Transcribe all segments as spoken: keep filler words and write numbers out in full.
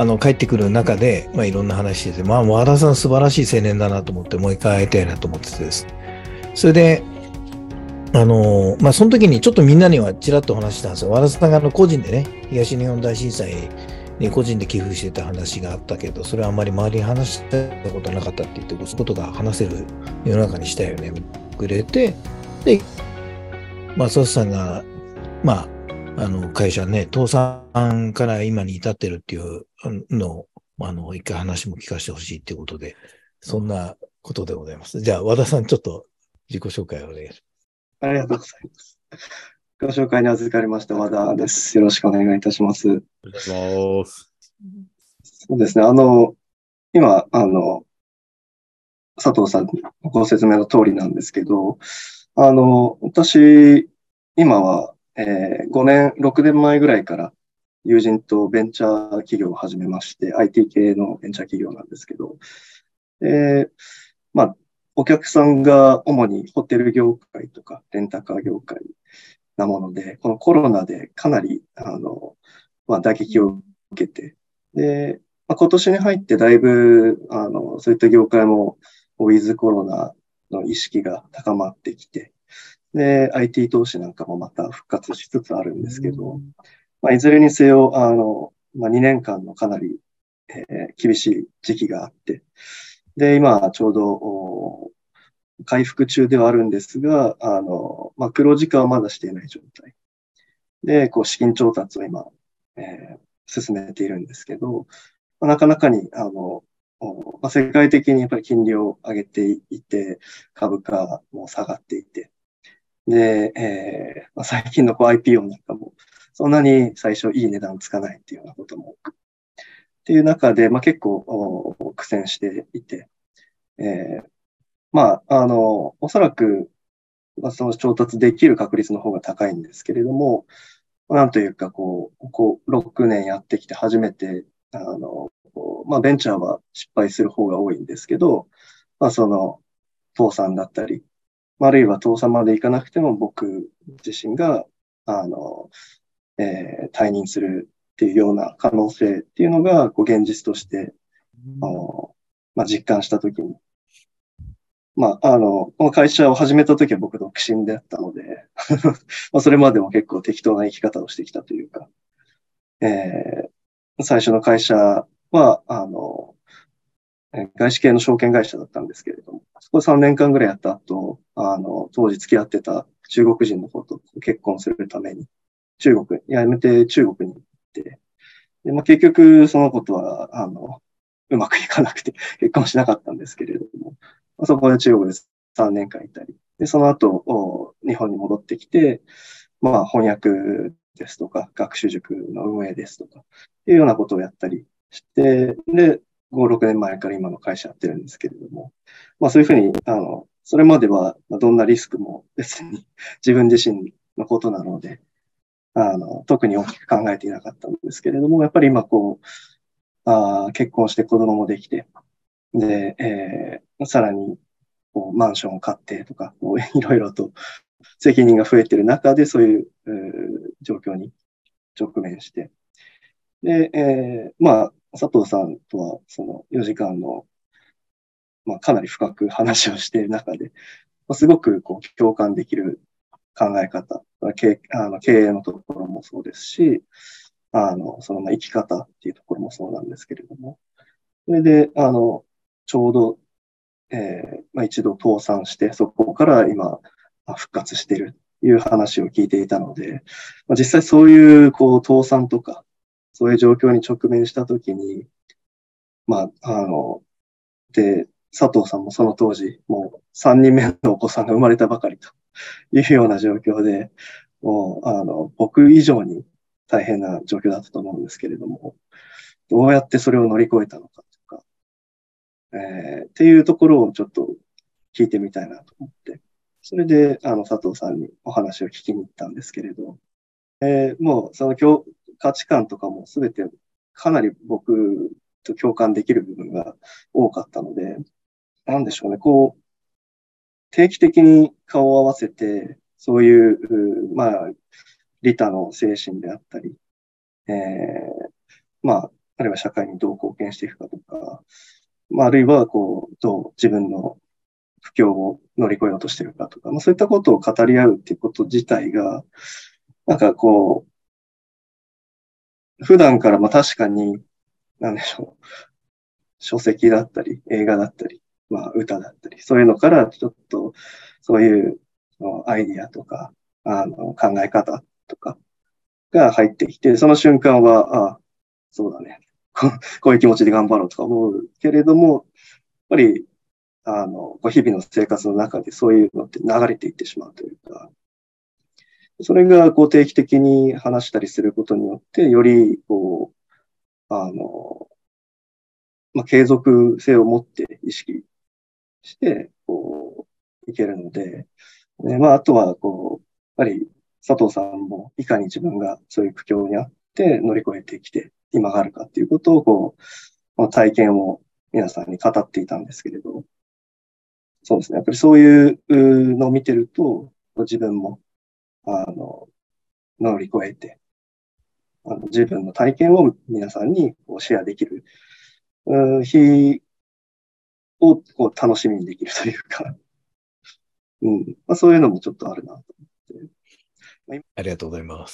あの帰ってくる中で、まあ、いろんな話してて、まあ、和田さん素晴らしい青年だなと思って、もう一回会いたいなと思っててです。それで、あのまあ、その時にちょっとみんなにはちらっと話したんですよ。和田さんがあの個人でね、東日本大震災に個人で寄付してた話があったけど、それはあんまり周りに話したことなかったって言って、そういうことが話せる世の中にしたよね、くれて、で、まあ、佐々さんが、まあ、あの、会社ね、倒産から今に至ってるっていうのを、あの、一回話も聞かせてほしいっていうことで、そんなことでございます。じゃあ、和田さん、ちょっと自己紹介をお願いします。 ありがとうございます。ご紹介に預かりました和田です。よろしくお願いいたします。 お願いします。 そうですね。あの、今、あの、佐藤さんのご説明の通りなんですけど、あの、私、今は、えー、ごねん、ろくねんまえぐらいから友人とベンチャー企業を始めまして、アイティー 系のベンチャー企業なんですけど、えー、まあ、お客さんが主にホテル業界とかレンタカー業界なもので、このコロナでかなり、あの、まあ、打撃を受けて、で、まあ、今年に入ってだいぶ、あの、そういった業界も、ウィズコロナの意識が高まってきて、で、アイティー 投資なんかもまた復活しつつあるんですけど、まあ、いずれにせよ、あの、まあ、にねんかんのかなり、えー厳しい時期があって、で、今ちょうど、回復中ではあるんですが、あの、まあ、黒字化はまだしていない状態。で、こう、資金調達を今、えー進めているんですけど、まあなかなかに、あの、まあ、世界的にやっぱり金利を上げていて、株価も下がっていて、で、えーまあ、最近のこう アイピーオー なんかも、そんなに最初いい値段つかないっていうようなことも、っていう中で、まあ、結構苦戦していて、えーまあ、あの、おそらく、まあ、その調達できる確率の方が高いんですけれども、なんというか、こう、こう、ろくねんやってきて初めて、あの、まあ、ベンチャーは失敗する方が多いんですけど、まあ、その、倒産だったり、あるいは倒産までいかなくても僕自身が、あの、えー退任するっていうような可能性っていうのが、こう、現実として、あの、まあ、実感したときに、まあ、あの、この会社を始めたときは僕独身であったのでまあ、それまでも結構適当な生き方をしてきたというか、えー最初の会社は、あの、外資系の証券会社だったんですけれども、そこさんねんかんぐらいやった後、あの、当時付き合ってた中国人の子と結婚するために、中国、辞めて中国に行って、でまあ、結局その子とは、あの、うまくいかなくて結婚しなかったんですけれども、まあ、そこで中国でさんねんかんいたり、で、その後、日本に戻ってきて、まあ、翻訳ですとか、学習塾の運営ですとか、いうようなことをやったりして、で、ご、ろくねんまえから今の会社やってるんですけれども、まあそういうふうに、あの、それまではどんなリスクも別に自分自身のことなので、あの、特に大きく考えていなかったんですけれども、やっぱり今こう、あ結婚して子供もできて、で、えー、さらにこうマンションを買ってとか、こういろいろと責任が増えている中で、そういう、状況に直面して、で、えー、まあ、佐藤さんとはそのよじかんの、まあ、かなり深く話をしている中で、まあ、すごくこう共感できる考え方、経あの経営のところもそうですし、あの、そのまあ生き方っていうところもそうなんですけれども、それで、あの、ちょうど、えーまあ、一度倒産して、そこから今、復活しているという話を聞いていたので、まあ、実際そういう、こう、倒産とか、そういう状況に直面したときに、まあ、あの、で、佐藤さんもその当時、もうさんにんめのお子さんが生まれたばかりというような状況で、もう、あの、僕以上に大変な状況だったと思うんですけれども、どうやってそれを乗り越えたのかとか、えーっていうところをちょっと聞いてみたいなと思って、それで、あの、佐藤さんにお話を聞きに行ったんですけれど、えーもう、その共価値観とかもすべてかなり僕と共感できる部分が多かったので、なんでしょうね、こう、定期的に顔を合わせて、そういう、うまあ、利他の精神であったり、えーまあ、 あるいは社会にどう貢献していくかとか、まあ、あるいは、こう、どう自分の不況を乗り越えようとしているかとか、まあ、そういったことを語り合うっていうこと自体が、なんかこう、普段からまあ確かに、なんでしょう、書籍だったり、映画だったり、まあ歌だったり、そういうのからちょっと、そういうアイディアとか、あの考え方とかが入ってきて、その瞬間は、ああ、そうだね。ここういう気持ちで頑張ろうとか思うけれども、やっぱり、あの、こう日々の生活の中でそういうのって流れていってしまうというか、それがこう定期的に話したりすることによって、より、こう、あの、まあ、継続性を持って意識して、こう、いけるので、ね、まあ、あとは、こう、やっぱり佐藤さんもいかに自分がそういう苦境にあって乗り越えてきて今があるかっていうことを、こう、この体験を皆さんに語っていたんですけれど、そうですね。やっぱりそういうのを見てると、自分も、あの、乗り越えて、あの自分の体験を皆さんにこうシェアできるうん日をこう楽しみにできるというか、うんまあ、そういうのもちょっとあるなと思って。 ありがとうございます。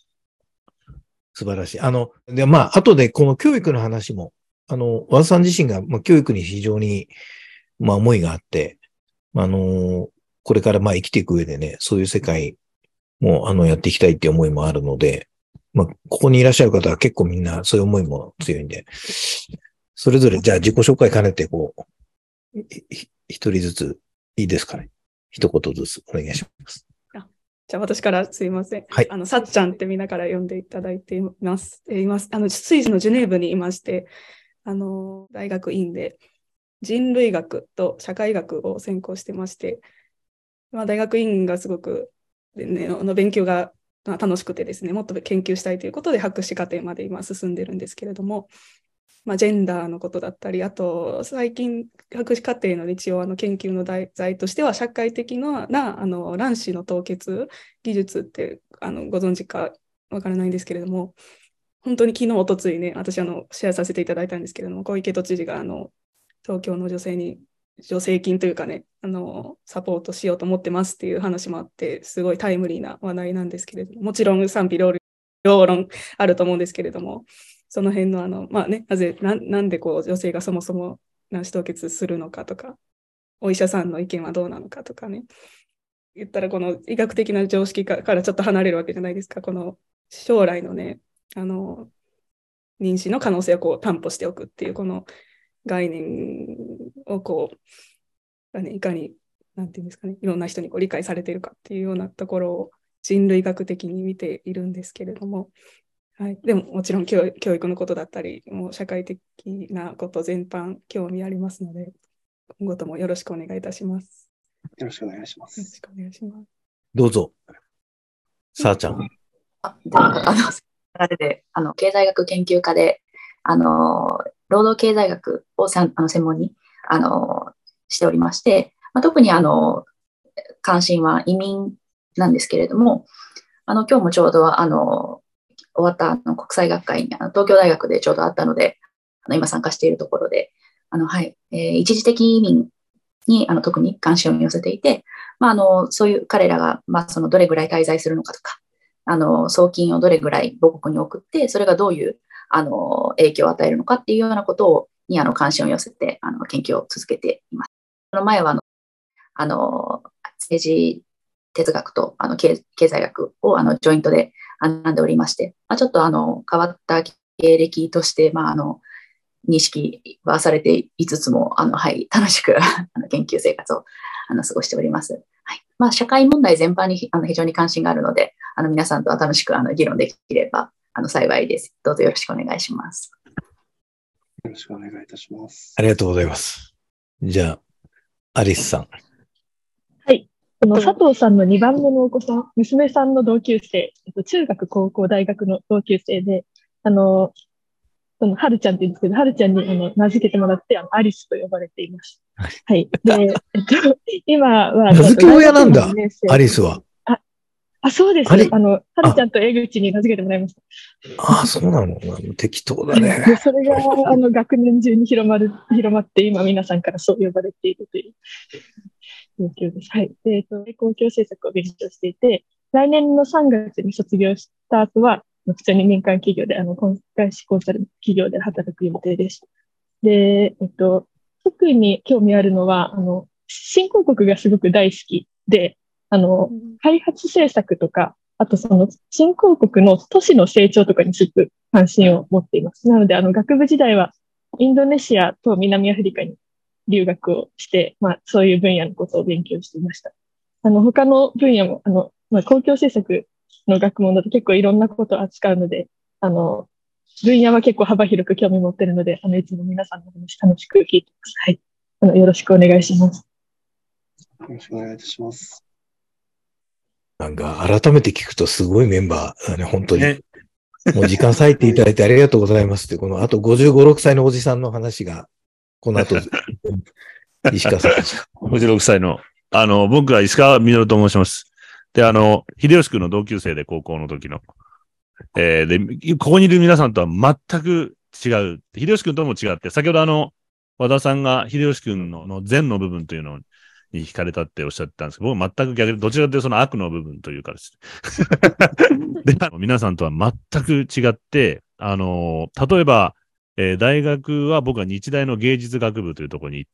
素晴らしい。あの、で、まあ、後でこの教育の話も、あの、和田さん自身が、まあ、教育に非常に、まあ、思いがあって、あの、これからまあ生きていく上でね、そういう世界も、あの、やっていきたいっていう思いもあるので、まあ、ここにいらっしゃる方は結構みんなそういう思いも強いんで、それぞれ、じゃあ自己紹介兼ねて、こう、一人ずついいですかね。一言ずつお願いします。 じゃあ私からすいません。 はい。 あの、さっちゃんってみんなから呼んでいただいています。えー、います。あの、スイスのジュネーブにいまして、あの、大学院で人類学と社会学を専攻してまして、まあ、大学院がすごく、ね、の勉強が楽しくてですね、もっと研究したいということで博士課程まで今進んでるんですけれども、まあ、ジェンダーのことだったり、あと最近博士課程の一応あの研究の題材としては社会的な、なあの卵子の凍結技術ってあのご存知かわからないんですけれども、本当に昨日おとついね、私あのシェアさせていただいたんですけれども、小池都知事があの東京の女性に助成金というかね、あのサポートしようと思ってますっていう話もあって、すごいタイムリーな話題なんですけれども、もちろん賛否両論あると思うんですけれども、その辺のあの、まあね、なぜ、な、なんでこう女性がそもそも卵子凍結するのかとか、お医者さんの意見はどうなのかとかね、言ったらこの医学的な常識からちょっと離れるわけじゃないですか。この将来のね、あの、妊娠の可能性をこう担保しておくっていうこの概念をこう、ね、いかに、なんていうんですかね、いろんな人にこう理解されているかっていうようなところを人類学的に見ているんですけれども、はい、でももちろん教育のことだったり、もう社会的なこと全般興味ありますので、今後ともよろしくお願いいたします。 よろしくお願いします。 よろしくお願いします。 どうぞ。さあちゃん。 あ、であの、であの経済学研究家で、あの、労働経済学をさんあの専門にあのしておりまして、まあ、特にあの関心は移民なんですけれども、あの今日もちょうどあの終わったあの国際学会にあの東京大学でちょうどあったので、あの今参加しているところで、あのはいえー、一時的移民にあの特に関心を寄せていて、まあ、あのそういう彼らが、まあ、そのどれぐらい滞在するのかとか、あの送金をどれぐらい母国に送って、それがどういうあの影響を与えるのかっていうようなことをにあの関心を寄せてあの研究を続けています。その前はあのあの政治哲学とあの 経, 経済学をあのジョイントで学んでおりまして、まあ、ちょっとあの変わった経歴として、まあ、あの認識はされていつつも、あのはい、楽しく研究生活をあの過ごしております。はいまあ、社会問題全般にあの非常に関心があるので、あの皆さんとは楽しくあの議論できればあの幸いです。どうぞよろしくお願いします。 よろしくお願いいたします。 ありがとうございます。じゃあ、アリスさん。 はい。あの佐藤さんのにばんめのお子さん、娘さんの同級生、中学、高校、大学の同級生で、あの、その、はるちゃんって言うんですけど、はるちゃんにあの名付けてもらって、あの、アリスと呼ばれています。はい。で、えっと、今は、 名付け親なんだ、アリスは。 あ、 あ、そうです。 あれあの、はるちゃんと江口に名付けてもらいました。 ああ、そうなの。適当だね。 で、それが、あの、学年中に広まる、広まって、今皆さんからそう呼ばれているという状況です。はい。で、えっと、公共政策を勉強していて、来年のさんがつに卒業した後は、普通に民間企業で、あの、外資コンサル企業で働く予定です。で、えっと、特に興味あるのは、あの、新興国がすごく大好きで、あの、開発政策とか、あとその新興国の都市の成長とかにすごく関心を持っています。なので、あの、学部時代はインドネシアと南アフリカに留学をして、まあ、そういう分野のことを勉強していました。あの、他の分野も、あの、まあ、公共政策の学問だと結構いろんなことを扱うので、あの、分野は結構幅広く興味持っているので、あの、いつも皆さんの話楽しく聞いています。はい。あの、よろしくお願いします。 よろしくお願いいたします。 なんか、改めて聞くとすごいメンバーだね、本当に。 ね、 もう時間割いていただいてありがとうございますって、このあとごじゅうご、ろくさいのおじさんの話が、この後、石川さん。 ごじゅうろくさいの、あの、僕は石川実と申します。で、あの、秀吉君の同級生で高校の時の。えー、で、ここにいる皆さんとは全く違う。秀吉君とも違って、先ほどあの、和田さんが秀吉君のの善の部分というのに惹かれたっておっしゃってたんですけど、僕は全く逆で、どちらかというとその悪の部分というかです。で、皆さんとは全く違って、あの、例えば、えー、大学は僕は日大の芸術学部というところに行って、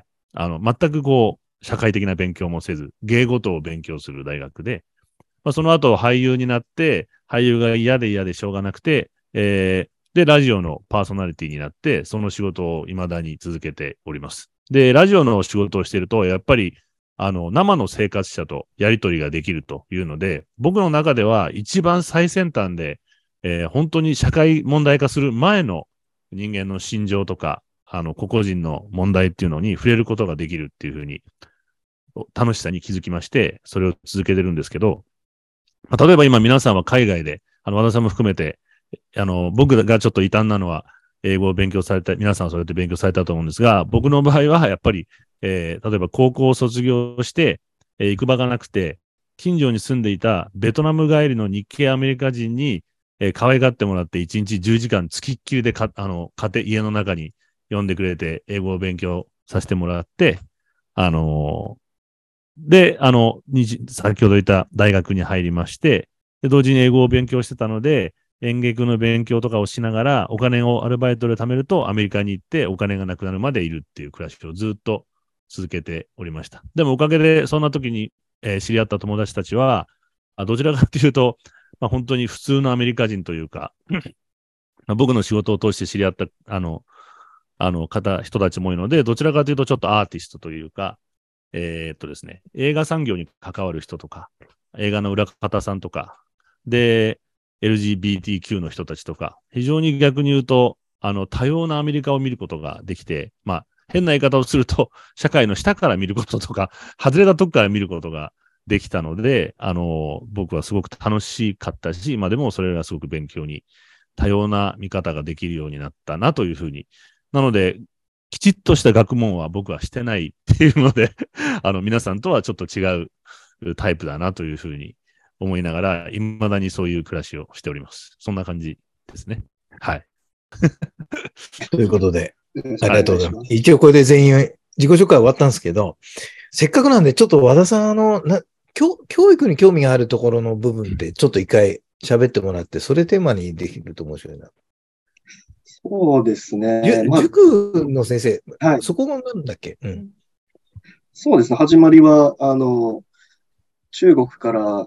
あの、全くこう、社会的な勉強もせず、芸事を勉強する大学で、まあ、その後俳優になって、俳優が嫌で嫌でしょうがなくて、えー、で、ラジオのパーソナリティになって、その仕事を未だに続けております。で、ラジオの仕事をしていると、やっぱり、あの、生の生活者とやりとりができるというので、僕の中では一番最先端で、えー、本当に社会問題化する前の人間の心情とか、あの、個々人の問題っていうのに触れることができるっていうふうに、楽しさに気づきまして、それを続けてるんですけど、まあ、例えば今皆さんは海外で、あの、和田さんも含めて、あの、僕がちょっと異端なのは、英語を勉強された、皆さんはそうやって勉強されたと思うんですが、僕の場合はやっぱり、えー、例えば高校を卒業して、えー、行く場がなくて、近所に住んでいたベトナム帰りの日系アメリカ人に、えー、可愛がってもらっていちにちじゅうじかんつきっきりでか、あの、家庭、家の中に呼んでくれて、英語を勉強させてもらって、あのー、で、あの、先ほど言った大学に入りまして、で、同時に英語を勉強してたので、演劇の勉強とかをしながら、お金をアルバイトで貯めると、アメリカに行ってお金がなくなるまでいるっていう暮らしをずっと続けておりました。でもおかげで、そんな時に、えー、知り合った友達たちは、あどちらかというと、まあ、本当に普通のアメリカ人というか、僕の仕事を通して知り合った、あの、あの方、人たちも多いので、どちらかというとちょっとアーティストというか、えー、っとですね、映画産業に関わる人とか、映画の裏方さんとか、で、エルジービーティーキュー の人たちとか、非常に逆に言うと、あの、多様なアメリカを見ることができて、まあ、変な言い方をすると、社会の下から見ることとか、外れたとこから見ることができたので、あの、僕はすごく楽しかったし、まあでもそれがすごく勉強に、多様な見方ができるようになったなというふうに。なので、きちっとした学問は僕はしてないっていうので、あの、皆さんとはちょっと違うタイプだなというふうに思いながら、未だにそういう暮らしをしております。そんな感じですね。はい。 ということで、ありがとうございます。一応これで全員自己紹介終わったんですけど、せっかくなんでちょっと和田さん、あの、な教、教育に興味があるところの部分ってちょっと一回喋ってもらって、それテーマにできると面白いな。 そうですね。 まあ、塾の先生、 はい、 そこがなんだっけ、うん、 そうですね。始まりは、あの、中国から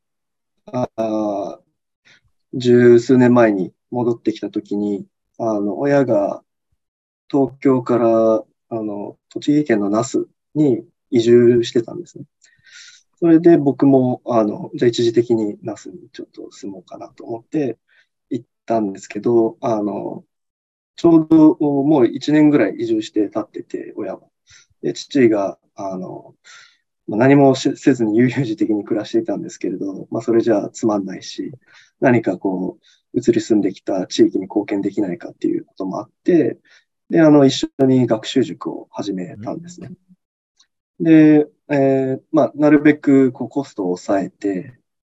あ十数年前に戻ってきたときに、あの、親が東京から、あの、栃木県の那須に移住してたんですね。それで僕も、あの、じゃあ一時的に那須にちょっと住もうかなと思って行ったんですけど、あの、ちょうどもう一年ぐらい移住して経ってて、親は。で、父が、あの、何もせずに悠々自適に暮らしていたんですけれど、まあそれじゃあつまんないし、何かこう、移り住んできた地域に貢献できないかっていうこともあって、で、あの、一緒に学習塾を始めたんですね。で、えー、まあ、なるべくこうコストを抑えて、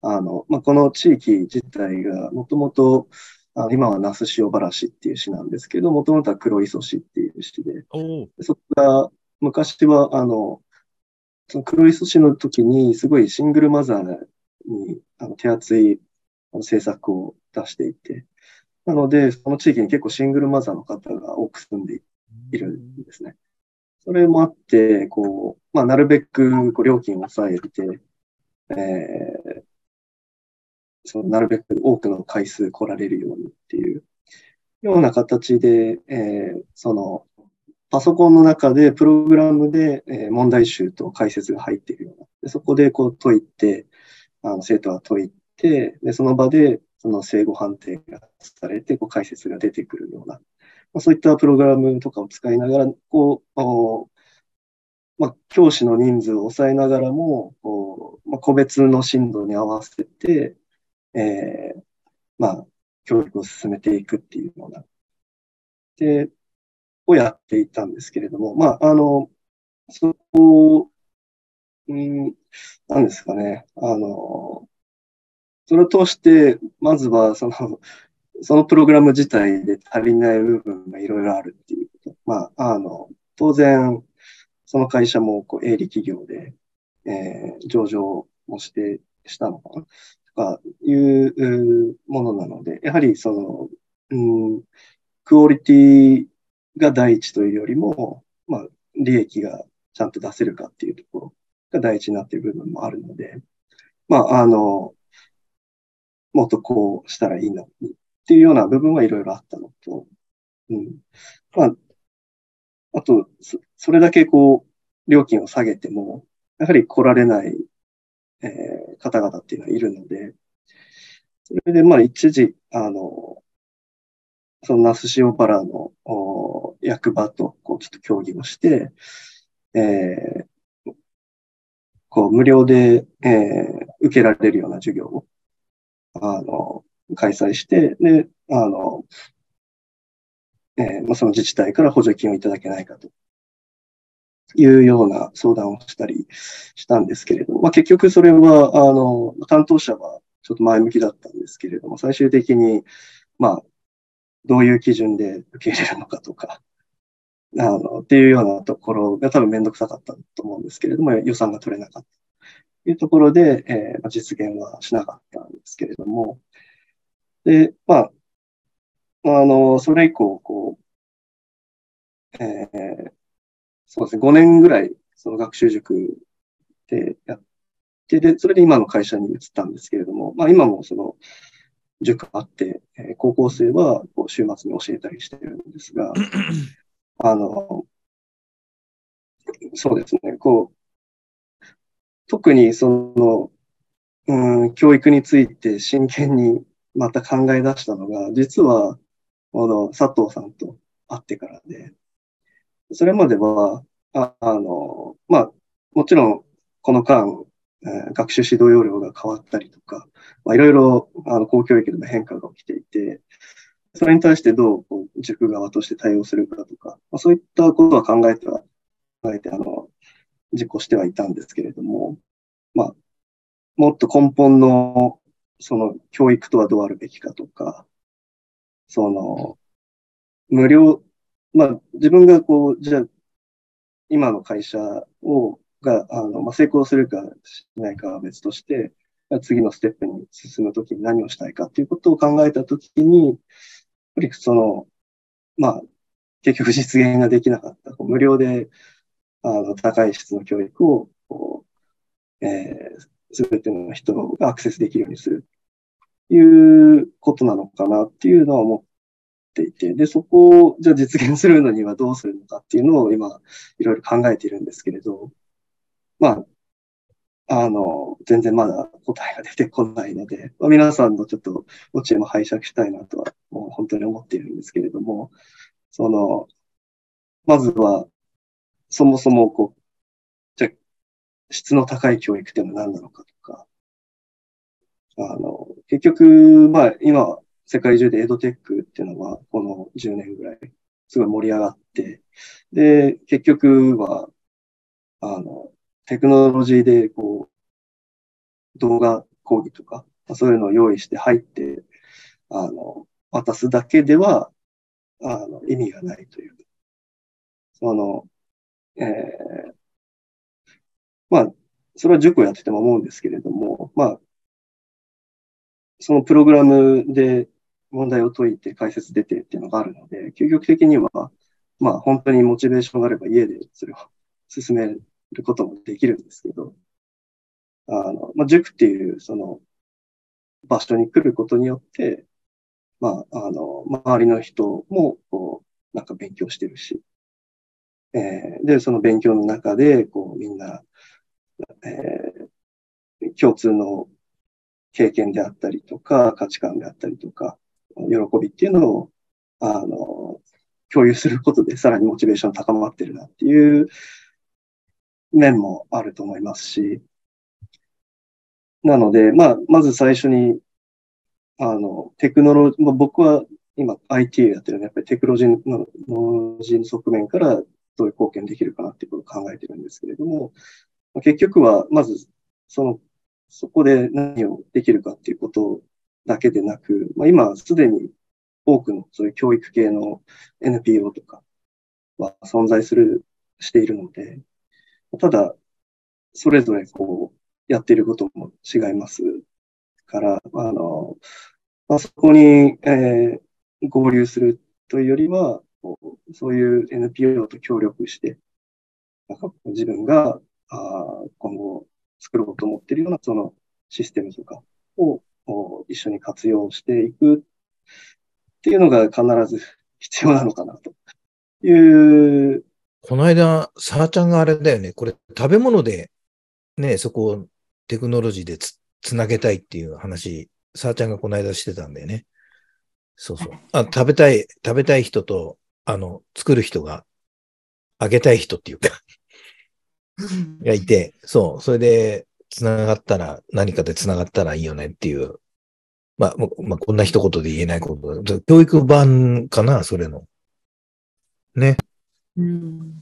あの、まあ、この地域自体がもともと、あ今は那須塩原市っていう市なんですけど、もともとは黒磯市っていう市で、 おーそこが昔は、あの、その黒磯市の時にすごいシングルマザーにあの手厚いあの政策を出していて、なので、その地域に結構シングルマザーの方が多く住んでいるんですね。それもあって、こう、まあ、なるべくこう料金を抑えて、えーそのなるべく多くの回数来られるようにっていうような形で、えーそのパソコンの中でプログラムで、えー問題集と解説が入っているような。でそこでこう解いて、あの生徒は解いて、でその場でその正誤判定がされて、こう解説が出てくるような、まあ、そういったプログラムとかを使いながら、こう、おまあ、教師の人数を抑えながらも、こうまあ、個別の進度に合わせて、えーまあ、教育を進めていくっていうような、で、をやっていたんですけれども、まあ、あの、そこ、うん、なんですかね、あの、それを通して、まずは、その、そのプログラム自体で足りない部分がいろいろあるっていうこと。まあ、あの、当然、その会社もこう営利企業で、えー上場もして、したのかなとかいううものなので、やはりその、うん、クオリティが第一というよりも、まあ、利益がちゃんと出せるかっていうところが第一になっている部分もあるので、まあ、あの、もっとこうしたらいいのにっていうような部分はいろいろあったのと、うん。まあ、あと、そそれだけこう、料金を下げても、やはり来られない、えー方々っていうのはいるので、それでまあ一時、あの、その那須塩原のお役場とこうちょっと協議をして、えーこう無料で、えー受けられるような授業を、あの、開催して、で、あの、えーまあ、その自治体から補助金をいただけないかというような相談をしたりしたんですけれども、まあ、結局それは、あの、担当者はちょっと前向きだったんですけれども、最終的に、まあ、どういう基準で受け入れるのかとか、あの、っていうようなところが多分めんどくさかったと思うんですけれども、予算が取れなかったというところで、えー実現はしなかったんですけれども、で、まあ、あの、それ以降、こう、えーそうですね、ごねんぐらい、その学習塾でやって、で、それで今の会社に移ったんですけれども、まあ今もその塾あって、えー高校生はこう週末に教えたりしてるんですが、あの、そうですね、こう、特にその、うん、教育について真剣にまた考え出したのが、実は、この佐藤さんと会ってからで、それまでは、あ、あの、まあ、もちろん、この間、えー学習指導要領が変わったりとか、まあ、いろいろ、あの、公教育でも変化が起きていて、それに対してどう、こう塾側として対応するかとか、まあ、そういったことは考えては、考えて、あの、実行してはいたんですけれども、まあ、もっと根本の、その、教育とはどうあるべきかとか、その、無料、まあ、自分がこう、じゃあ、今の会社を、が、あの、まあ、成功するかしないかは別として、次のステップに進むときに何をしたいかっていうことを考えたときに、やっぱりその、まあ、結局実現ができなかった。無料で、あの、高い質の教育を、こう、えー、すべての人がアクセスできるようにするということなのかなっていうのは思っていて、で、そこを、じゃあ実現するのにはどうするのかっていうのを今、いろいろ考えているんですけれど、まあ、あの、全然まだ答えが出てこないので、まあ、皆さんのちょっと、お知恵も拝借したいなとは、もう本当に思っているんですけれども、その、まずは、そもそも、こう、じゃあ質の高い教育っていうのは何なのかとか、あの、結局、まあ、今、世界中でエドテックっていうのは、このじゅうねんぐらい、すごい盛り上がって、で、結局は、あの、テクノロジーで、こう、動画講義とか、そういうのを用意して入って、あの、渡すだけでは、あの、意味がないという。その、えー、まあ、それは塾をやってても思うんですけれども、まあ、そのプログラムで問題を解いて解説出てっていうのがあるので、究極的には、まあ、本当にモチベーションがあれば家でそれを進めることもできるんですけど、あの、まあ、塾っていうその場所に来ることによって、まあ、あの、周りの人も、こう、なんか勉強してるし、えー、で、その勉強の中で、こう、みんな、えー、共通の経験であったりとか、価値観であったりとか、喜びっていうのを、あの、共有することでさらにモチベーション高まってるなっていう面もあると思いますし、なので、まあ、まず最初に、あの、テクノロジー、まあ、僕は今 アイティー やってるので、やっぱりテクノロジーの側面からどういう貢献できるかなっていうことを考えてるんですけれども、結局は、まず、その、そこで何をできるかっていうことだけでなく、まあ、今すでに多くのそういう教育系の エヌピーオー とかは存在する、しているので、ただ、それぞれこう、やっていることも違いますから、あの、まあ、そこに、えー、合流するというよりは、そういう エヌピーオー と協力して、なんか自分があ今後作ろうと思っているようなそのシステムとかを一緒に活用していくっていうのが必ず必要なのかなという。 この間、さあちゃんがあれだよね、これ食べ物でね、そこをテクノロジーで つ, つなげたいっていう話、さあちゃんがこの間してたんだよね。そうそう。あ、食べたい、食べたい人と、あの、作る人が、あげたい人っていうかがいて、そう、それで、つながったら、何かでつながったらいいよねっていう、まあ、まあ、こんな一言で言えないことだ。教育版かな、それの。ね。 うん、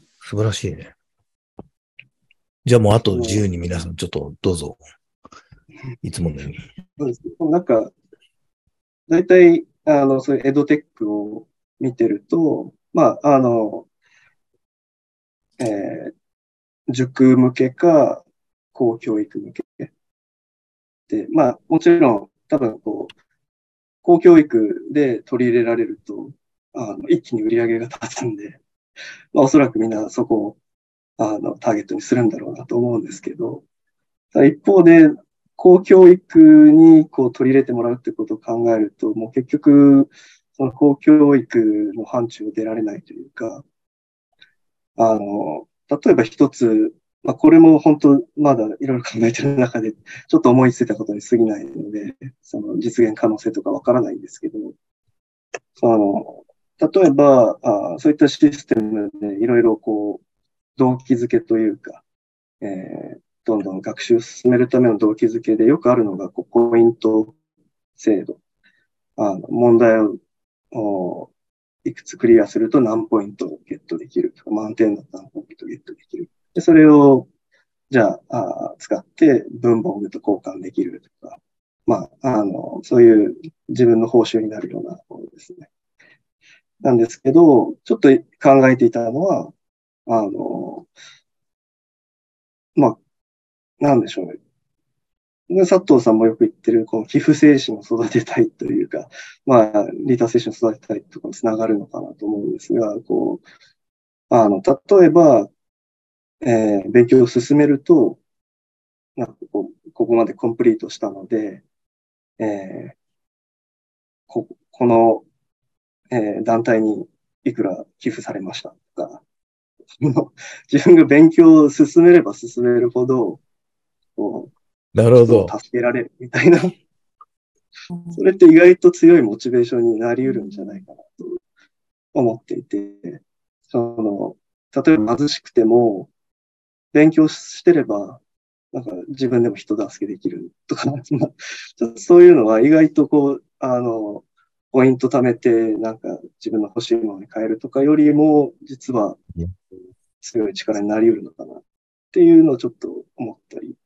素晴らしいね。じゃあもうあと自由に皆さんちょっとどうぞ。いつものように。 そうですね。なんか、大体、あの、そういうエドテックを見てると、まあ、あの、えー、塾向けか、公教育向けで、まあ、もちろん、多分こう、公教育で取り入れられると、あの一気に売り上げが立つんで、まあ、おそらくみんなそこをあのターゲットにするんだろうなと思うんですけど、一方で、公教育にこう取り入れてもらうってことを考えると、もう結局、その公教育の範疇を出られないというか、あの、例えば一つ、まあ、これも本当、まだいろいろ考えてる中で、ちょっと思いついたことに過ぎないので、その実現可能性とかわからないんですけど、その、例えば、あそういったシステムでいろいろこう、動機づけというか、えー、どんどん学習を進めるための動機づけでよくあるのが、こうポイント制度。あの問題をいくつクリアすると何ポイントをゲットできるとか、満点だったら何ポイントゲットできる。で、それを、じゃあ、あ使って文房具と交換できるとか、まあ、あの、そういう自分の報酬になるようなものですね。なんですけど、ちょっと考えていたのは、あの、まあ、なんでしょうね。佐藤さんもよく言ってる、この寄付精神を育てたいというか、まあ、リーダー精神を育てたいとかにつながるのかなと思うんですが、こう、あの、例えば、えー、勉強を進めると、なんかこう、ここまでコンプリートしたので、えー、こ、この、えー、団体にいくら寄付されましたとか、自分が勉強を進めれば進めるほど、こう、 なるほど。 人を助けられるみたいな、それって意外と強いモチベーションになり得るんじゃないかなと思っていて、その、例えば貧しくても、勉強してれば、なんか自分でも人助けできるとか、そういうのは意外とこう、あの、ポイント貯めて、なんか自分の欲しいものに変えるとかよりも、実は強い力になり得るのかなっていうのをちょっと思ったり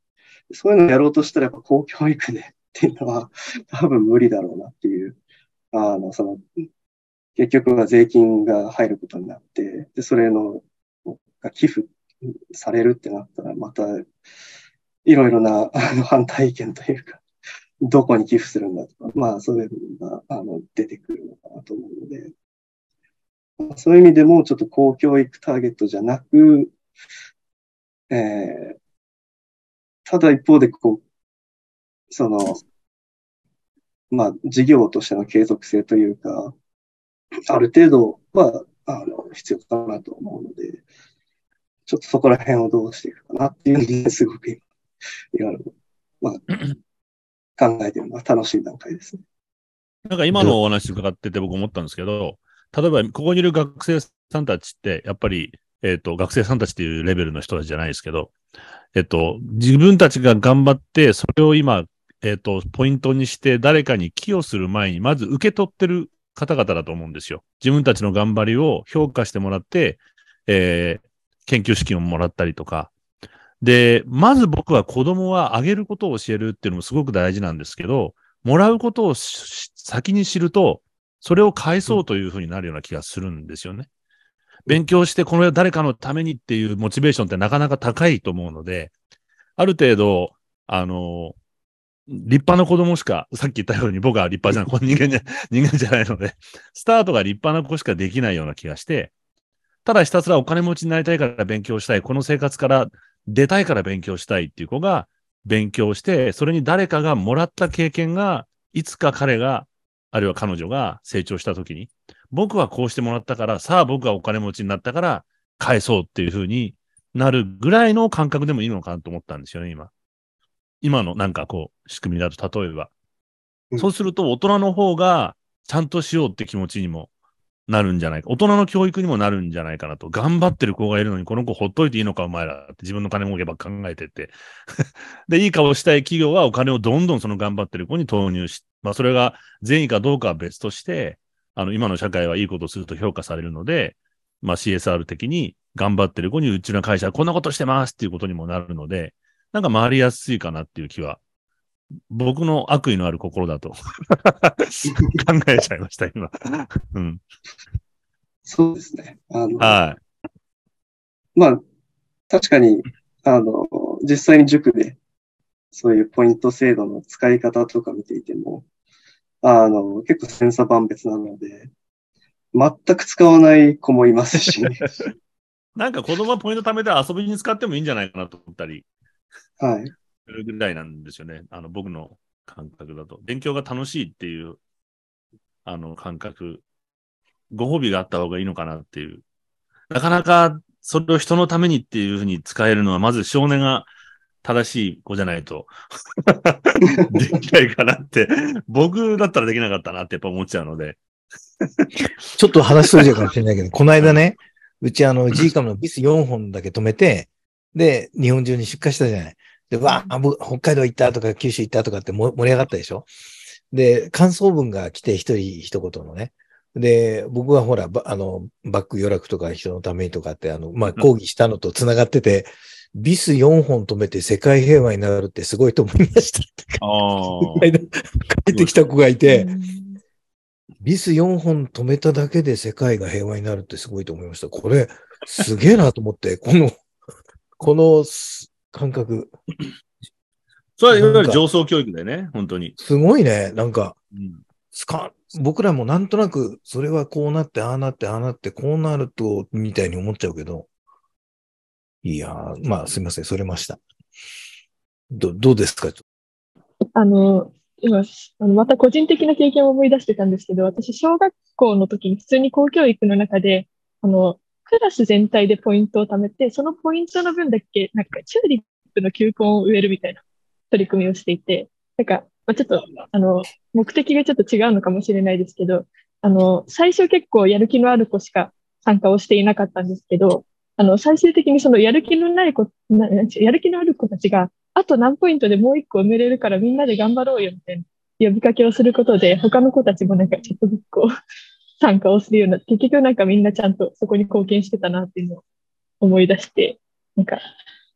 そういうのをやろうとしたらやっぱ公教育でっていうのは多分無理だろうなっていう、あの、その、結局は税金が入ることになって、で、それの、が寄付されるってなったら、また、いろいろなあの反対意見というか、どこに寄付するんだとか、まあ、そういうのがあの出てくるのかなと思うので、そういう意味でも、ちょっと公教育ターゲットじゃなく、えー、ただ一方で、こう、その、まあ、事業としての継続性というか、ある程度は、あの、必要かなと思うので、ちょっとそこら辺をどうしていくかなっていうのですごく今、いろいろ、まあ、考えてるのが楽しい段階ですね。 なんか今のお話伺ってて僕思ったんですけど、例えばここにいる学生さんたちって、やっぱり、えっと、学生さんたちっていうレベルの人たちじゃないですけど、えっと、自分たちが頑張って、それを今、えっと、ポイントにして誰かに寄与する前に、まず受け取ってる方々だと思うんですよ。自分たちの頑張りを評価してもらって、えー、研究資金をもらったりとか。で、まず僕は子供はあげることを教えるっていうのもすごく大事なんですけど、もらうことを先に知ると、それを返そうというふうになるような気がするんですよね。勉強してこの誰かのためにっていうモチベーションってなかなか高いと思うので、ある程度、あの、立派な子供しか、さっき言ったように僕は立派じゃない、この人間じゃ、人間じゃないので、スタートが立派な子しかできないような気がして、ただひたすらお金持ちになりたいから勉強したい、この生活から出たいから勉強したいっていう子が勉強して、それに誰かがもらった経験が、いつか彼が、あるいは彼女が成長したときに、僕はこうしてもらったから、さあ僕はお金持ちになったから返そうっていう風になるぐらいの感覚でもいいのかなと思ったんですよね、今。今のなんかこう、仕組みだと例えば。そうすると大人の方がちゃんとしようって気持ちにもなるんじゃないか。大人の教育にもなるんじゃないかなと。頑張ってる子がいるのに、この子ほっといていいのか、お前らって自分の金儲けばっか考えてって。で、いい顔したい企業はお金をどんどんその頑張ってる子に投入し、まあそれが善意かどうかは別として、あの、今の社会はいいことをすると評価されるので、まあ シーエスアール 的に頑張ってる子にうちの会社はこんなことしてますっていうことにもなるので、なんか回りやすいかなっていう気は、僕の悪意のある心だと考えちゃいました、今。うん。 そうですね。あの、 はい。 まあ、確かに、あの、実際に塾で、そういうポイント制度の使い方とか見ていても、あの、結構千差万別なので、全く使わない子もいますし、ね、 なんか子供はポイント貯めて遊びに使ってもいいんじゃないかなと思ったり、 はい。 するぐらいなんですよね。あの、僕の感覚だと。勉強が楽しいっていう、あの、感覚、ご褒美があった方がいいのかなっていう。なかなか、それを人のためにっていうふうに使えるのは、まず少年が正しい子じゃないと、できないかなって、僕だったらできなかったなってやっぱ思っちゃうので。 ちょっと話そうじゃかもしれないけど、この間ね、うちあの ジーカム のビスよんほんだけ止めて、で、日本中に出荷したじゃない。で、わあ、北海道行ったとか九州行ったとかって盛り上がったでしょ。で、感想文が来て一人一言のね。で、僕はほら、あの、バック予約とか人のためにとかって、あの、まあ、講義したのと繋がってて、ビスよんほん止めて世界平和になるってすごいと思いましたって。帰ってきた子がいて、ビスよんほん止めただけで世界が平和になるってすごいと思いました。これ、すげえなと思って、この、この感覚。 それはいわゆる上層教育でね、本当に。 すごいね、なんか、 うん、 スカ僕らもなんとなく、それはこうなって、ああなって、ああなって、こうなると、みたいに思っちゃうけど、いやー、まあ、すみません、それました。ど、どうですか？ あの、今、あのまた個人的な経験を思い出してたんですけど、私、小学校の時に普通に公教育の中で、あの、クラス全体でポイントを貯めて、そのポイントの分だけ、なんか、チューリップの球根を植えるみたいな取り組みをしていて、なんか、まあ、ちょっと、あの、目的がちょっと違うのかもしれないですけど、あの、最初結構やる気のある子しか参加をしていなかったんですけど、あの、最終的にそのやる気のない子、なやる気のある子たちが、あと何ポイントでもう一個埋めれるからみんなで頑張ろうよみたいな呼びかけをすることで、他の子たちもなんかちょっとずつこう、参加をするような、結局なんかみんなちゃんとそこに貢献してたなっていうのを思い出して、なんか、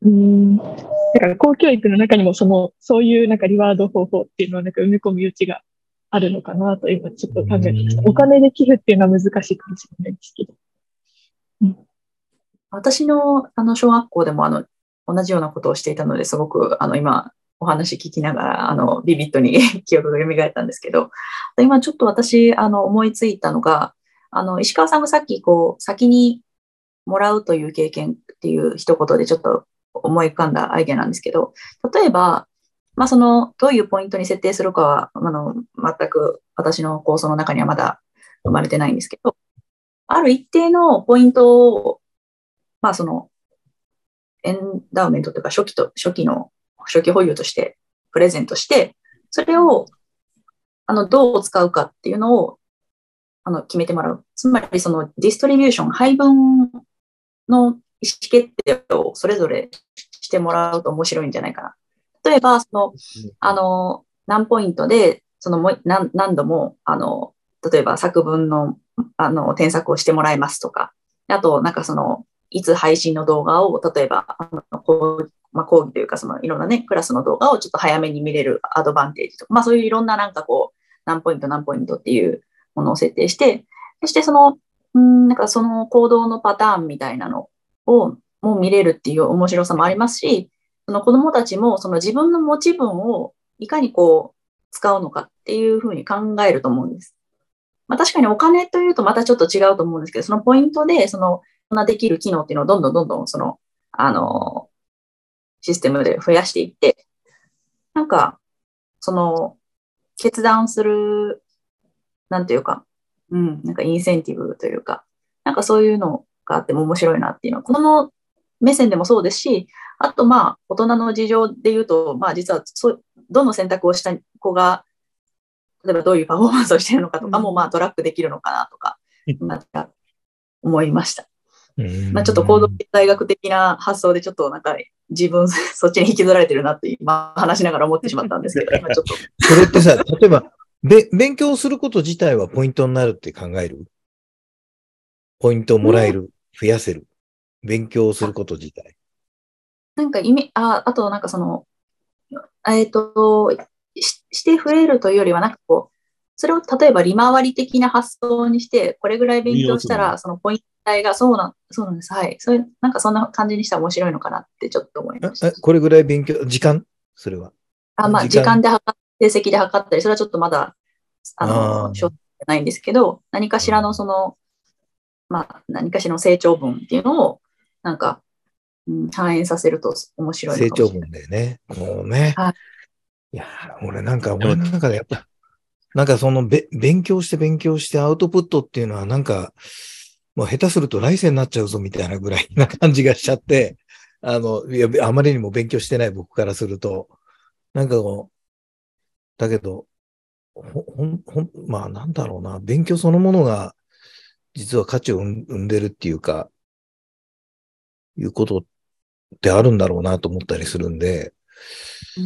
うん。だから公教育の中にもその、そういうなんかリワード方法っていうのはなんか埋め込み余地があるのかなと今ちょっと考えてました。お金で寄付っていうのは難しいかもしれないですけど。うん、 私のあの小学校でもあの同じようなことをしていたので、すごくあの今お話聞きながらあのビビッドに記憶が蘇ったんですけど、今ちょっと私あの思いついたのが、あの石川さんがさっきこう先にもらうという経験っていう一言でちょっと思い浮かんだアイデアなんですけど、例えば、まあ、そのどういうポイントに設定するかはあの全く私の構想の中にはまだ生まれてないんですけど、ある一定のポイントを、まあ、そのエンダウメントというか初期と初期の初期保有としてプレゼントして、それをあのどう使うかっていうのをあの決めてもらう。つまりそのディストリビューション、配分の意思決定をそれぞれしてもらうと面白いんじゃないかな。例えば、その、あの、何ポイントで、そのも何何度も、あの、例えば作文の、あの、添削をしてもらいますとか、あと、なんかその、いつ配信の動画を、例えば、あのこうまあ、講義というか、そのいろんなね、クラスの動画をちょっと早めに見れるアドバンテージとか、まあそういういろんななんかこう、何ポイント何ポイントっていうものを設定して、そしてその、うんなんかその行動のパターンみたいなのをも見れるっていう面白さもありますし、その子どもたちもその自分の持ち分をいかにこう使うのかっていうふうに考えると思うんです。まあ、確かにお金というとまたちょっと違うと思うんですけど、そのポイントでそのそんなできる機能っていうのをどんどんどんどんそのあのシステムで増やしていって、なんかその決断するなんていうか、うん、なんかインセンティブというか、なんかそういうのがあっても面白いなっていうのは、子供目線でもそうですし、あとまあ大人の事情で言うと、まあ実はそうどの選択をした子が、例えばどういうパフォーマンスをしているのかとかも、まあトラックできるのかなとか、なんか思いました。まあ、ちょっと行動経済学的な発想でちょっとなんか自分そっちに引きずられてるなって今話しながら思ってしまったんですけど、今ちょっと。 それってさ、例えば、べ、勉強すること自体はポイントになるって考える？ポイントをもらえる、うん、増やせる。勉強すること自体。 なんか意味、あ、あとなんかその、えっと、し、して増えるというよりはなんかこう、それを例えば利回り的な発想にして、これぐらい勉強したら、そのポイント代が、そうなん、そうなんです。はい。そういう、なんかそんな感じにしたら面白いのかなってちょっと思いました。 これぐらい勉強、時間それは。 あ、まあ、時間で測って、成績で測ったり、それはちょっとまだ、あの、詳細じゃないんですけど、何かしらのその、まあ、何かしらの成長分っていうのを、なんか、うん、反映させると面白いのかもしれない。 成長分だよね。もうね。 はい。 いや、俺なんか、俺の中でやっぱ、なんかそのべ、勉強して勉強してアウトプットっていうのはなんか、もう下手すると来世になっちゃうぞみたいなぐらいな感じがしちゃって、あの、いや、あまりにも勉強してない僕からすると、なんかこう、だけど、ほ、ほん、ほん、まあなんだろうな、勉強そのものが実は価値を生んでるっていうか、いうことってあるんだろうなと思ったりするんで、 うん、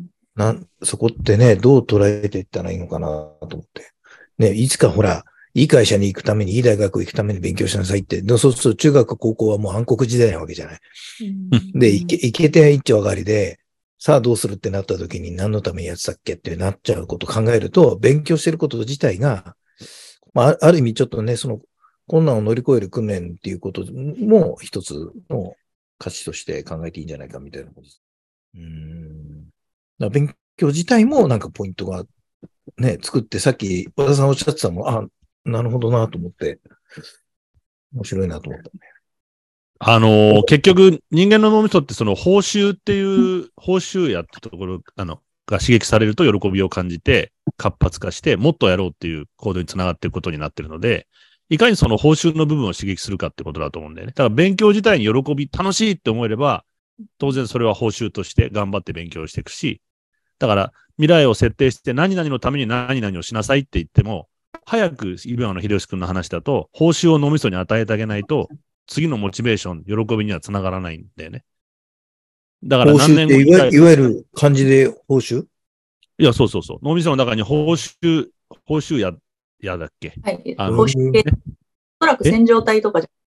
なん、そこってね、どう捉えていったらいいのかなと思って。ね、いつかほら、いい会社に行くために、いい大学行くために勉強しなさいって。でそうすると中学、高校はもう暗黒時代なわけじゃない。うん、で、行け、行けて一丁上がりで、さあどうするってなった時に何のためにやってたっけってなっちゃうことを考えると、勉強してること自体が、まあ、ある意味ちょっとね、その困難を乗り越える訓練っていうことも一つの価値として考えていいんじゃないかみたいなことです。うーん。だ勉強自体もなんかポイントがね、作ってさっき和田さんおっしゃってたもん、あ、なるほどなと思って、面白いなと思ったね。 あのー、結局人間の脳みそってその報酬っていう報酬やってところ、あの、が刺激されると喜びを感じて活発化してもっとやろうっていう行動につながっていくことになっているので、いかにその報酬の部分を刺激するかってことだと思うんだよね。だから勉強自体に喜び、楽しいって思えれば、当然それは報酬として頑張って勉強していくし、だから未来を設定して何々のために何々をしなさいって言っても、早く今の秀吉君の話だと、報酬を脳みそに与えてあげないと、次のモチベーション、喜びにはつながらないんだよね。だから何年後いわいわゆる漢字で報酬？ いや、そうそうそう。脳みその中に報酬、報酬や、やだっけ？ はい。報酬系。おそらく線状体とかじゃ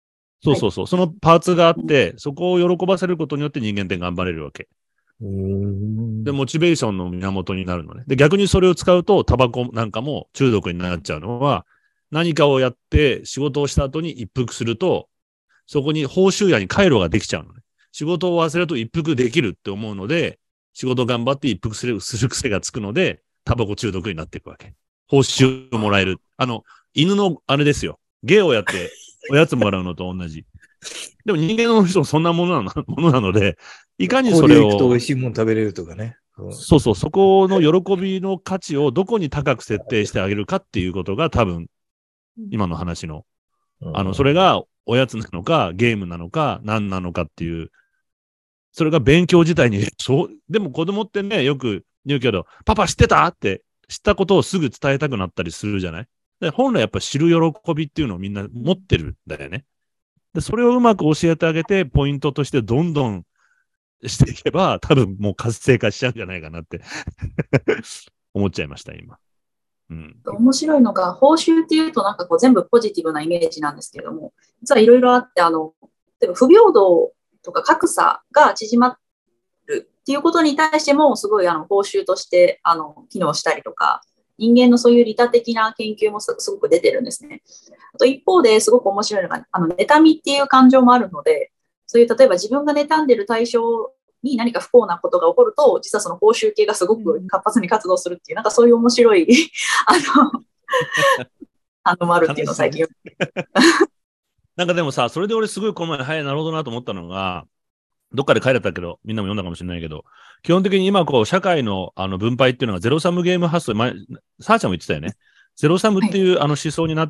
そうそうそう。そのパーツがあって、そこを喜ばせることによって人間って頑張れるわけ。 うーん。 で、モチベーションの源になるのね。で、逆にそれを使うと、タバコなんかも中毒になっちゃうのは、何かをやって仕事をした後に一服すると、そこに報酬やに回路ができちゃうのね。仕事を忘れると一服できるって思うので、仕事頑張って一服する、する癖がつくので、タバコ中毒になっていくわけ。報酬をもらえる。あの、犬のあれですよ。芸をやっておやつもらうのと同じ。でも人間の人もそんなものなの、ものなので、いかにそれを。 交流行くと美味しいもの食べれるとかね。うん、 そうそう、そこの喜びの価値をどこに高く設定してあげるかっていうことが多分、今の話の、あの、それがおやつなのか、ゲームなのか、何なのかっていう、それが勉強自体に、そう、でも子供ってね、よく言うけど、パパ知ってたって知ったことをすぐ伝えたくなったりするじゃない？で本来やっぱ知る喜びっていうのをみんな持ってるんだよね。で、それをうまく教えてあげて、ポイントとしてどんどんしていけば、多分もう活性化しちゃうんじゃないかなって思っちゃいました、今。うん、 面白いのが、報酬っていうとなんかこう全部ポジティブなイメージなんですけども、実はいろいろあって、あの、例えば不平等とか格差が縮まるっていうことに対しても、すごいあの報酬としてあの機能したりとか、人間のそういう利他的な研究も す, すごく出てるんですね。あと一方ですごく面白いのが、あの妬みっていう感情もあるので、そういう例えば自分が妬んでる対象に何か不幸なことが起こると、実はその報酬系がすごく活発に活動するっていう、なんかそういう面白いあの反応もあるっていうのを最近なんかでもさ、それで俺すごいこの前、はい、なるほどなと思ったのが、どっかで書いてたけど、みんなも読んだかもしれないけど、基本的に今こう、社会のあの分配っていうのがゼロサムゲーム発想、前、サーちゃんも言ってたよね。ゼロサムっていうあの思想になって、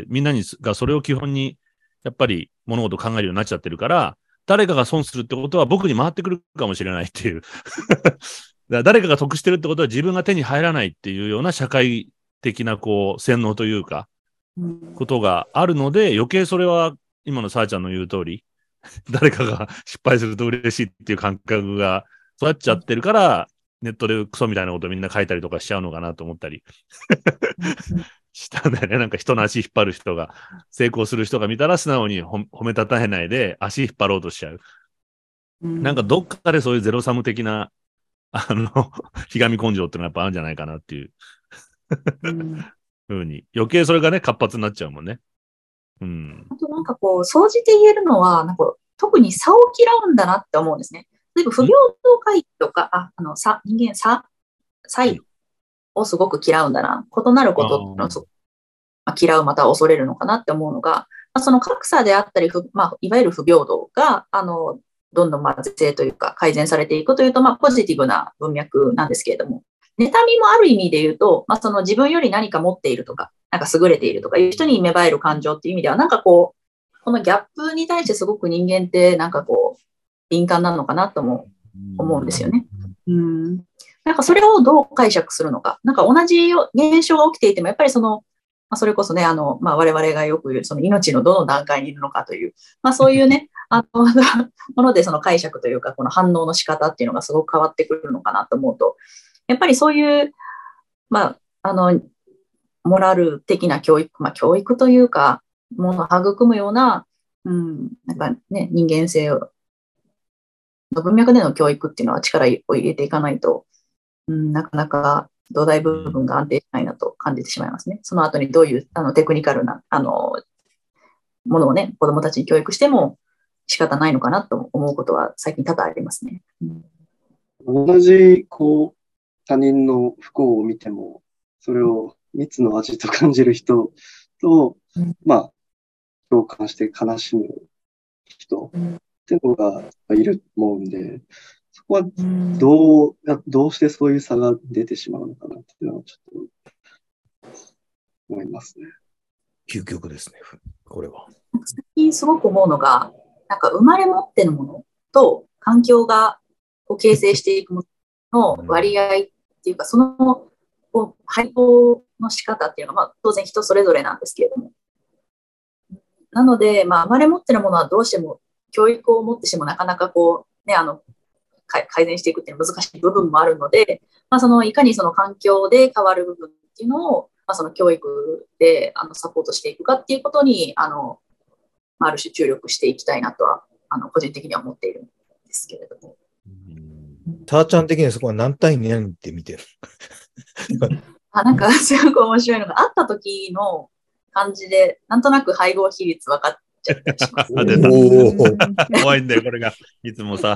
みんなにがそれを基本に、やっぱり物事を考えるようになっちゃってるから、誰かが損するってことは僕に回ってくるかもしれないっていう。だから誰かが得してるってことは自分が手に入らないっていうような社会的なこう、洗脳というか、ことがあるので、余計それは今のさあちゃんの言う通り、誰かが失敗すると嬉しいっていう感覚が育っちゃってるから、ネットでクソみたいなことをみんな書いたりとかしちゃうのかなと思ったりしたんだよね。なんか人の足引っ張る人が、成功する人が見たら素直に褒めたたえないで足引っ張ろうとしちゃう。なんかどっかでそういうゼロサム的な、あの、ひがみ根性っていうのがやっぱあるんじゃないかなっていうふうに。余計それがね、活発になっちゃうもんね。うん、 あとなんかこう、総じて言えるのは、なんか特に差を嫌うんだなって思うんですね。例えば不平等回帰とか、あ、あの、差、人間差、差異をすごく嫌うんだな。異なることのすまあ、嫌うまたは恐れるのかなって思うのが、まあ、その格差であったり、まあ、いわゆる不平等が、あの、どんどんまあ是正というか改善されていくというと、まあ、ポジティブな文脈なんですけれども、妬みもある意味で言うと、まあ、その自分より何か持っているとか、なんか優れているとかいう人に芽生える感情っていう意味では、なんかこう、このギャップに対してすごく人間ってなんかこう、敏感なのかなとも思うんですよね。うん。なんかそれをどう解釈するのか。なんか同じ現象が起きていても、やっぱりその、まあ、それこそね、あの、まあ、我々がよく言う、その命のどの段階にいるのかという、まあ、そういうね、あの、ものでその解釈というか、この反応の仕方っていうのがすごく変わってくるのかなと思うと、やっぱりそういう、まあ、あの、モラル的な教育、まあ、教育というか、ものを育むような、うん、なんかね、人間性を、の文脈での教育っていうのは力を入れていかないと、うん、なかなか土台部分が安定しないなと感じてしまいますね。その後にどういうあのテクニカルなあのものをね、子どもたちに教育しても仕方ないのかなと思うことは最近多々ありますね。 うん、同じこう他人の不幸を見ても、それを蜜の味と感じる人と、うん、まあ、共感して悲しむ人っていうのがいると思うんで、そこはどう、どうしてそういう差が出てしまうのかなっていうのはちょっと思いますね。 究極ですね、これは。 最近すごく思うのが、なんか生まれ持ってのものと環境がこう形成していくものの割合っていうか、そのこう配合の仕方っていうのは、まあ、当然人それぞれなんですけれども。なので、まあ、生まれ持ってのものはどうしても教育を持ってしてもなかなかこう、ね、あの、改善していくっていうのは難しい部分もあるので、まあ、そのいかにその環境で変わる部分っていうのを、まあ、その教育であのサポートしていくかっていうことにあのまあ、ある種注力していきたいなとは、あの、個人的には思っているんですけれども。 ターちゃん的にはそこは何対何って見てるあ、なんかすごく面白いのが、会った時の感じで、なんとなく配合比率分かっちゃったりします。 出た。 おー怖いんだよ、これが。いつもさ。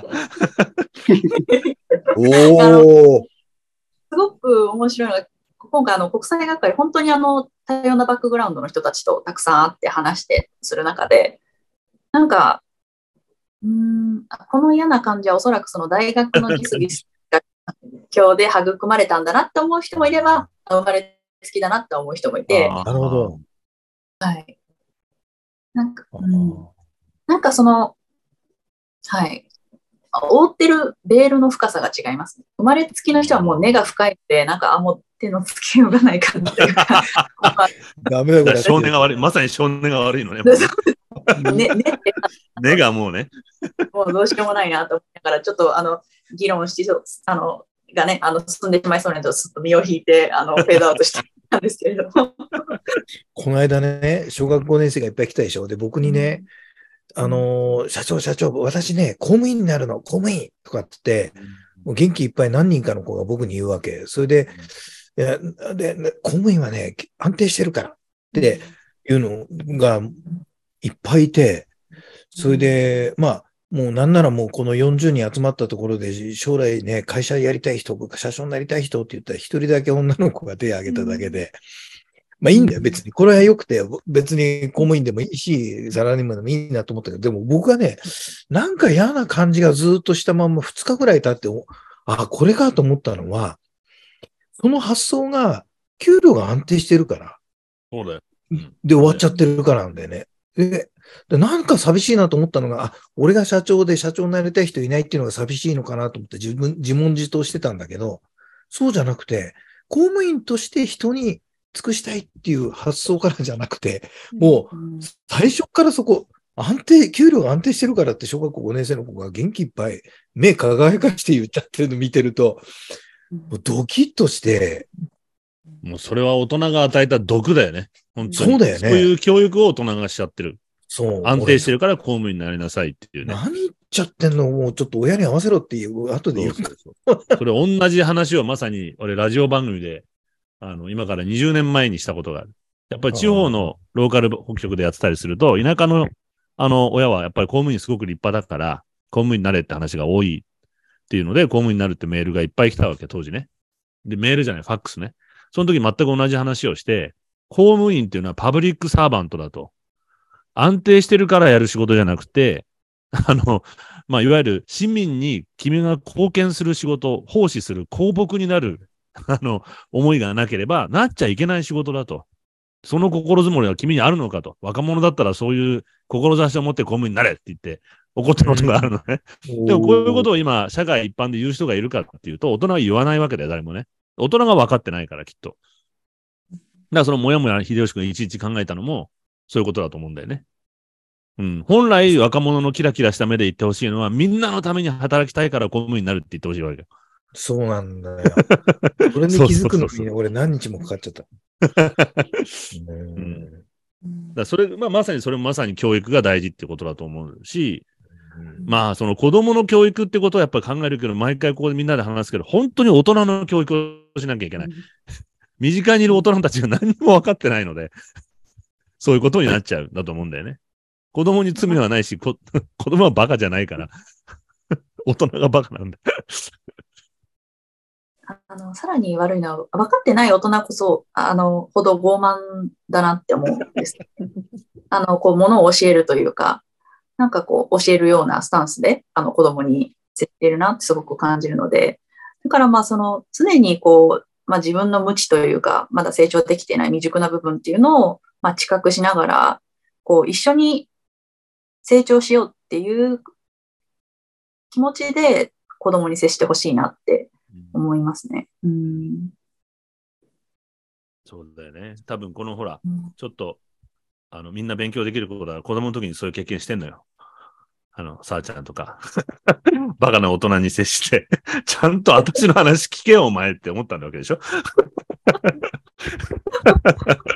おーすごく面白いのが、今回あの国際学会、本当にあの多様なバックグラウンドの人たちとたくさん会って話してする中で、なんか、うーん、この嫌な感じはおそらくその大学のギスギスが今日で育まれたんだなって思う人もいれば、生まれ好きだなって思う人もいて、 なるほど。 はい。なんか、うん、なんかその、はい。覆ってるベールの深さが違いますね。生まれつきの人はもう根が深いので、なんか、あ、もう手のつけようがないかっていうか。 ダメだこれ。 少年が悪い。まさに少年が悪いのね。 ね、ねって根がもうね。 もうどうしようもないなと思いながら、ちょっとあの、議論しそう、あの、がね、あの、進んでしまいそうなのと、すっと身を引いて、あの、フェードアウトしてたんですけれども。 この間ね、小学ごねん生がいっぱい来たでしょ。で、僕にね、うん、あのー、社長、社長、私ね、公務員になるの、公務員とかって言って、もう元気いっぱい何人かの子が僕に言うわけ。それで、いやで公務員はね、安定してるからっていうのがいっぱいいて、それで、まあ、もうなんならもうこのよんじゅうにん集まったところで、将来ね、会社やりたい人、社長になりたい人って言ったら、一人だけ女の子が手を挙げただけで、まあいいんだよ、別に。これは良くて、別に公務員でもいいし、サラリーマンでもいいなと思ったけど、でも僕はね、なんか嫌な感じがずっとしたままふつかぐらい経って、あ、これかと思ったのは、その発想が、給料が安定してるから。 そうだよ。 うん、で、終わっちゃってるからなんだよね。で、でなんか寂しいなと思ったのが、あ、俺が社長で社長になりたい人いないっていうのが寂しいのかなと思って自分、自問自答してたんだけど、そうじゃなくて、公務員として人に尽くしたいっていう発想からじゃなくて、もう、最初からそこ、安定、給料が安定してるからって小学校ごねん生の子が元気いっぱい目輝かして言っちゃってるの見てると、もうドキッとして。 もうそれは大人が与えた毒だよね。本当に。 そうだよね。 そういう教育を大人がしちゃってる。 そう。 安定してるから公務員になりなさいっていうね。 何言っちゃってんのもうちょっと親に合わせろっていう、後で言う。 そうそうそうそれ同じ話をまさに俺ラジオ番組で、あの、今からにじゅうねんまえにしたことがある。やっぱり地方のローカル北極でやってたりすると、田舎のあの親はやっぱり公務員すごく立派だから、公務員になれって話が多いっていうので、公務員になるってメールがいっぱい来たわけ、当時ね。で、メールじゃない、ファックスね。その時全く同じ話をして、公務員っていうのはパブリックサーバントだと。安定してるからやる仕事じゃなくて、あの、まあ、いわゆる市民に君が貢献する仕事、奉仕する公僕になる、あの、思いがなければ、なっちゃいけない仕事だと。その心づもりは君にあるのかと。若者だったらそういう志を持って公務員になれって言って怒ったことがあるのね。でもこういうことを今、社会一般で言う人がいるかっていうと、大人は言わないわけだよ、誰もね。大人が分かってないから、きっと。だからそのもやもや秀吉君いちいち考えたのも、そういうことだと思うんだよね。うん。本来若者のキラキラした目で言ってほしいのは、みんなのために働きたいから公務員になるって言ってほしいわけよ。 そうなんだよ。それに気づくのに俺何日もかかっちゃった。うん、 だそれ、まあ、まさにそれもまさに教育が大事ってことだと思うし、うん、まあその子供の教育ってことはやっぱり考えるけど、毎回ここでみんなで話すけど、本当に大人の教育をしなきゃいけない。うん、身近にいる大人たちが何も分かってないので、そういうことになっちゃうんだと思うんだよね。子供に罪はないし、こ子供はバカじゃないから、大人がバカなんだ。 あのさらに悪いのは、分かってない大人こそ、あの、ほど傲慢だなって思うんです。あの、こう、ものを教えるというか、なんかこう、教えるようなスタンスで、あの、子供に接しているなってすごく感じるので、だからまあ、その、常にこう、まあ自分の無知というか、まだ成長できていない未熟な部分っていうのを、まあ知覚しながら、こう、一緒に成長しようっていう気持ちで子供に接してほしいなって思いますね。うん、 そうだよね。多分このほら、うん、ちょっとあのみんな勉強できることだから子供の時にそういう経験してんのよ。あのさあちゃんとかバカな大人に接してちゃんと私の話聞けよお前って思ったわけでしょ。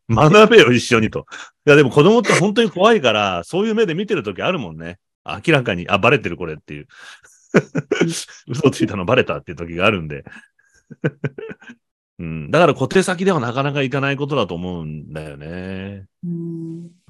学べよ、一緒にと。いや、でも子供って本当に怖いから、そういう目で見てるときあるもんね。明らかに、あ、バレてるこれっていう。嘘ついたのバレたっていう時があるんで。うん、だから小手先ではなかなかいかないことだと思うんだよね。 うん。 うん。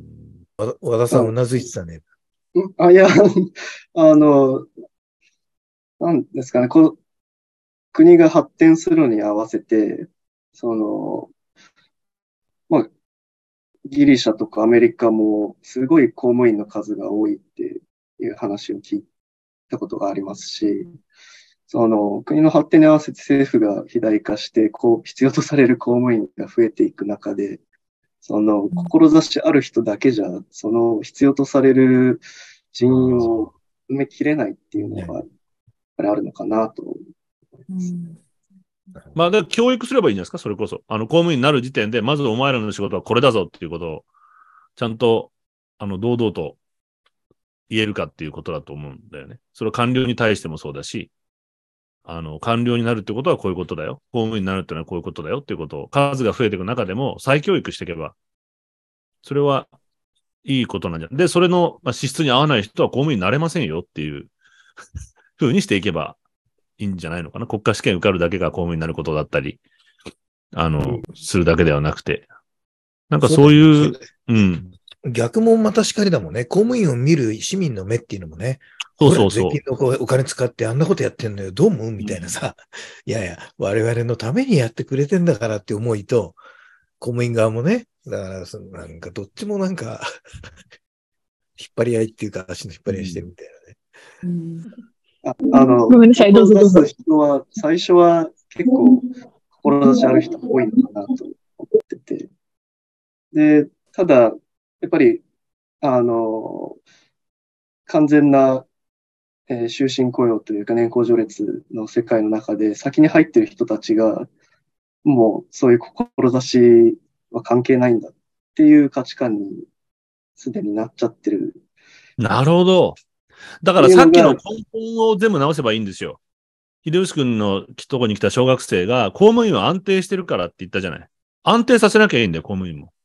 わ和田さん、うなずいてたね。 あ、いや、あの、なんですかね、この国が発展するのに合わせて、その、まあ、ギリシャとかアメリカもすごい公務員の数が多いっていう話を聞いたことがありますし、その国の発展に合わせて政府が肥大化して、こう必要とされる公務員が増えていく中で、その志ある人だけじゃ、その必要とされる人員を埋めきれないっていうのが、やっぱりあるのかなと思います。 うんまあ、だから教育すればいいんじゃないですか、それこそ。あの、公務員になる時点で、まずお前らの仕事はこれだぞっていうことを、ちゃんと、あの、堂々と言えるかっていうことだと思うんだよね。それは官僚に対してもそうだし、あの、官僚になるってことはこういうことだよ。公務員になるってのはこういうことだよっていうことを、数が増えていく中でも再教育していけば、それはいいことなんじゃ。で、それの、まあ、資質に合わない人は公務員になれませんよっていうふうにしていけばいいんじゃないのかな。国家試験受かるだけが公務員になることだったり、あの、うん、するだけではなくて。なんかそういう、ううん。 逆もまたしかりだもんね。公務員を見る市民の目っていうのもね。 そうそうそう。 税金のお金使ってあんなことやってんのよ。どう思うみたいなさ。うん、いやいや、我々のためにやってくれてんだからって思いと、公務員側もね。だから、なんかどっちもなんか、引っ張り合いっていうか、足の引っ張り合いしてるみたいなね。 うんああの、 ごめんなさい、どうぞどうぞ。 人は、最初は結構、志ある人多いのかなと思ってて。で、ただ、やっぱり、あの、完全な、えー、終身雇用というか年功序列の世界の中で先に入ってる人たちが、もうそういう志は関係ないんだっていう価値観にすでになっちゃってる。 なるほど。だからさっきの根本を全部直せばいいんですよ。秀吉君のとこに来た小学生が公務員は安定してるからって言ったじゃない。安定させなきゃいいんだよ、公務員も。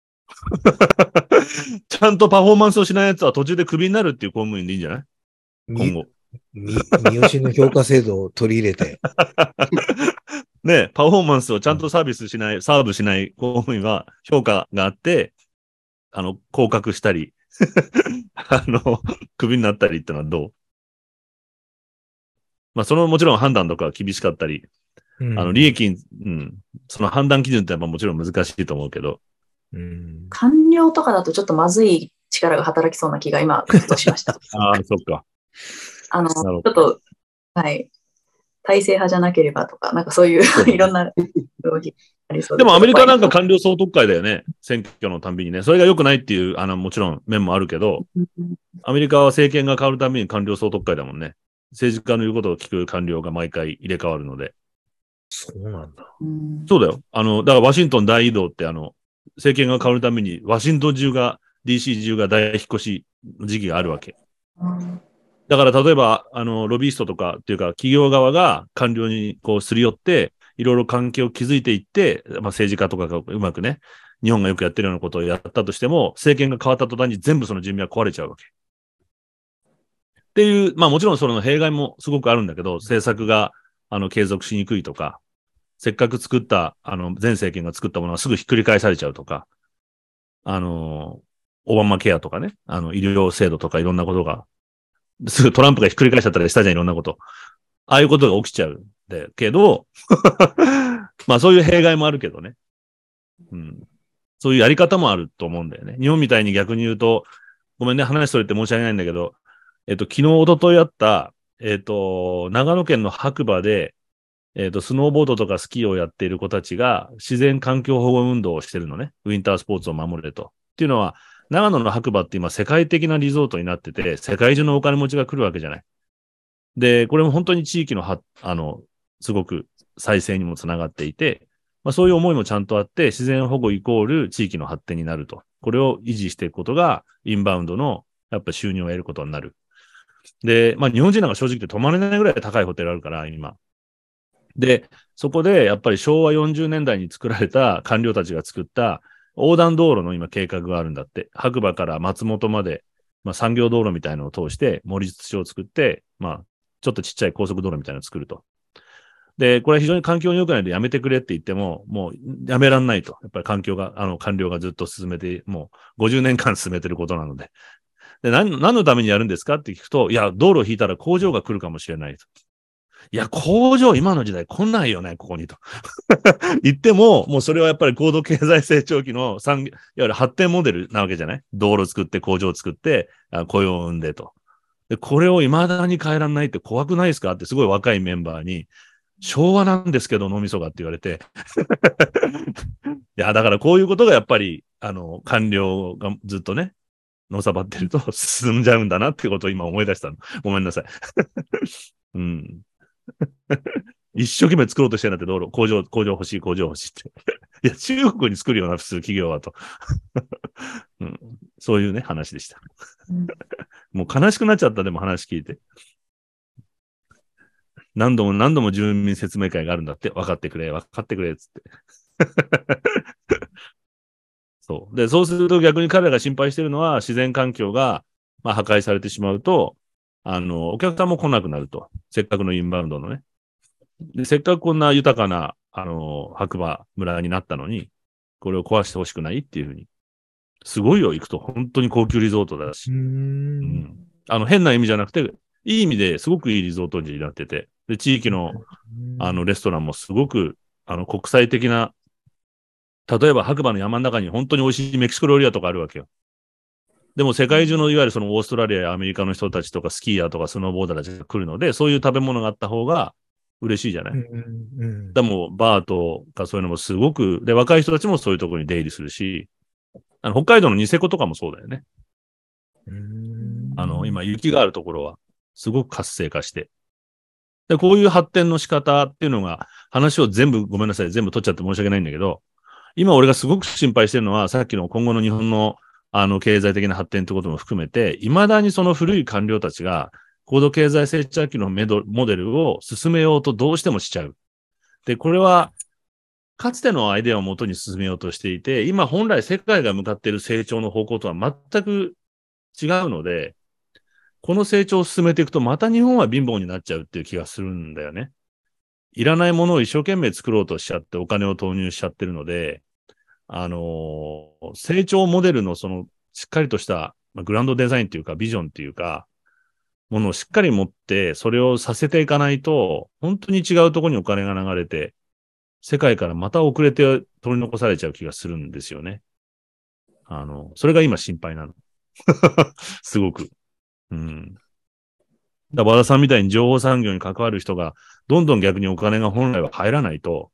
ちゃんとパフォーマンスをしないやつは途中でクビになるっていう公務員でいいんじゃない今後。 み、三好の評価制度を取り入れて。 ね、パフォーマンスをちゃんとサービスしない、サーブしない公務員は評価があって、あの、降格したり、あの、クビになったりってのはどう？まあ、そのもちろん判断とか厳しかったり、うん、あの、利益、うん、その判断基準ってやっぱもちろん難しいと思うけど。 うん、 官僚とかだとちょっとまずい力が働きそうな気が今、ふとしました。 ああ、そっか。 あの、ちょっと、はい。体制派じゃなければとか、なんかそういういろんな動きありそうで。 でもアメリカなんか官僚総督会だよね。選挙のたんびにね。それが良くないっていう、あの、もちろん面もあるけど、アメリカは政権が変わるたびに官僚総督会だもんね。政治家の言うことを聞く官僚が毎回入れ替わるので。 そうなんだ。 そうだよ。あの、だからワシントン大移動ってあの、政権が変わるためにワシントン中が、ディーシー 中が大引っ越しの時期があるわけ。 うんだから例えば、あの、ロビーストとかっていうか、企業側が官僚にこうすり寄って、いろいろ関係を築いていって、まあ政治家とかがうまくね、日本がよくやってるようなことをやったとしても、政権が変わった途端に全部その準備は壊れちゃうわけ。っていう、まあもちろんその弊害もすごくあるんだけど、政策が、あの、継続しにくいとか、せっかく作った、あの、前政権が作ったものがすぐひっくり返されちゃうとか、あの、オバマケアとかね、あの、医療制度とかいろんなことが、すぐトランプがひっくり返しちゃったりしたじゃん、いろんなこと。ああいうことが起きちゃうんだけど、まあそういう弊害もあるけどね。うん。そういうやり方もあると思うんだよね。日本みたいに逆に言うと、ごめんね、話それって申し訳ないんだけど、えっと、昨日、一昨日あった、えっと、長野県の白馬で、えっと、スノーボードとかスキーをやっている子たちが自然環境保護運動をしてるのね。ウィンタースポーツを守れと。っていうのは、長野の白馬って今世界的なリゾートになってて、世界中のお金持ちが来るわけじゃない。で、これも本当に地域のは、あの、すごく再生にもつながっていて、まあそういう思いもちゃんとあって、自然保護イコール地域の発展になると。これを維持していくことが、インバウンドのやっぱ収入を得ることになる。で、まあ日本人なんか正直言って泊まれないぐらい高いホテルあるから、今。 で、そこでやっぱりしょうわよんじゅうねんだいに作られた官僚たちが作った横断道路の今計画があるんだって。白馬から松本まで、まあ、産業道路みたいなのを通して森術町を作って、まあ、ちょっとちっちゃい高速道路みたいなのを作ると。で、これは非常に環境に良くないのでやめてくれって言っても、もうやめらんないと。やっぱり環境が、あの、官僚がずっと進めて、もうごじゅうねんかん進めてることなので。で、何、何のためにやるんですかって聞くと、いや、道路を引いたら工場が来るかもしれないと。いや、工場今の時代来ないよね、ここにと。言っても、もうそれはやっぱり高度経済成長期の産業、いわゆる発展モデルなわけじゃない？道路作って工場を作って雇用を生んでと。で、これを未だに変えらんないって怖くないですかってすごい若いメンバーに、昭和なんですけど脳みそがって言われて。いや、だからこういうことがやっぱり、あの、官僚がずっとね、のさばってると進んじゃうんだなってことを今思い出したの。ごめんなさい。うん。一生懸命作ろうとしてるんだって道路、工場、工場欲しい、工場欲しいって。いや、中国に作るような普通企業はと、うん。そういうね、話でした。もう悲しくなっちゃった、でも話聞いて。何度も何度も住民説明会があるんだって。分かってくれ、分かってくれ、つって。そう。で、そうすると逆に彼らが心配してるのは自然環境が、まあ、破壊されてしまうと、あの、お客さんも来なくなると。せっかくのインバウンドのね。で、せっかくこんな豊かな、あの、白馬村になったのに、これを壊してほしくないっていうふうに。すごいよ、行くと本当に高級リゾートだし。 うーん。 うん。あの、変な意味じゃなくて、いい意味ですごくいいリゾート地になってて、で、地域の、あの、レストランもすごく、あの、国際的な、例えば白馬の山の中に本当に美味しいメキシコ料理屋とかあるわけよ。でも世界中のいわゆるそのオーストラリアやアメリカの人たちとかスキーヤーとかスノーボーダーたちが来るので、そういう食べ物があった方が嬉しいじゃない。 うんうん、 でもバーとかそういうのもすごく、で、若い人たちもそういうところに出入りするし、あの北海道のニセコとかもそうだよね。 うんあの、今雪があるところはすごく活性化して。で、こういう発展の仕方っていうのが、話を全部、ごめんなさい、全部取っちゃって申し訳ないんだけど、今俺がすごく心配してるのは、さっきの今後の日本のあの経済的な発展ってことも含めて、未だにその古い官僚たちが、高度経済成長期のメドモデルを進めようとどうしてもしちゃう。で、これは、かつてのアイデアをもとに進めようとしていて、今本来世界が向かっている成長の方向とは全く違うので、この成長を進めていくと、また日本は貧乏になっちゃうっていう気がするんだよね。いらないものを一生懸命作ろうとしちゃってお金を投入しちゃってるので、あのー、成長モデルのそのしっかりとした、まあ、グランドデザインっていうかビジョンっていうか、ものをしっかり持ってそれをさせていかないと、本当に違うところにお金が流れて、世界からまた遅れて取り残されちゃう気がするんですよね。あの、それが今心配なの。すごく。うん。だ和田さんみたいに情報産業に関わる人が、どんどん逆にお金が本来は入らないと、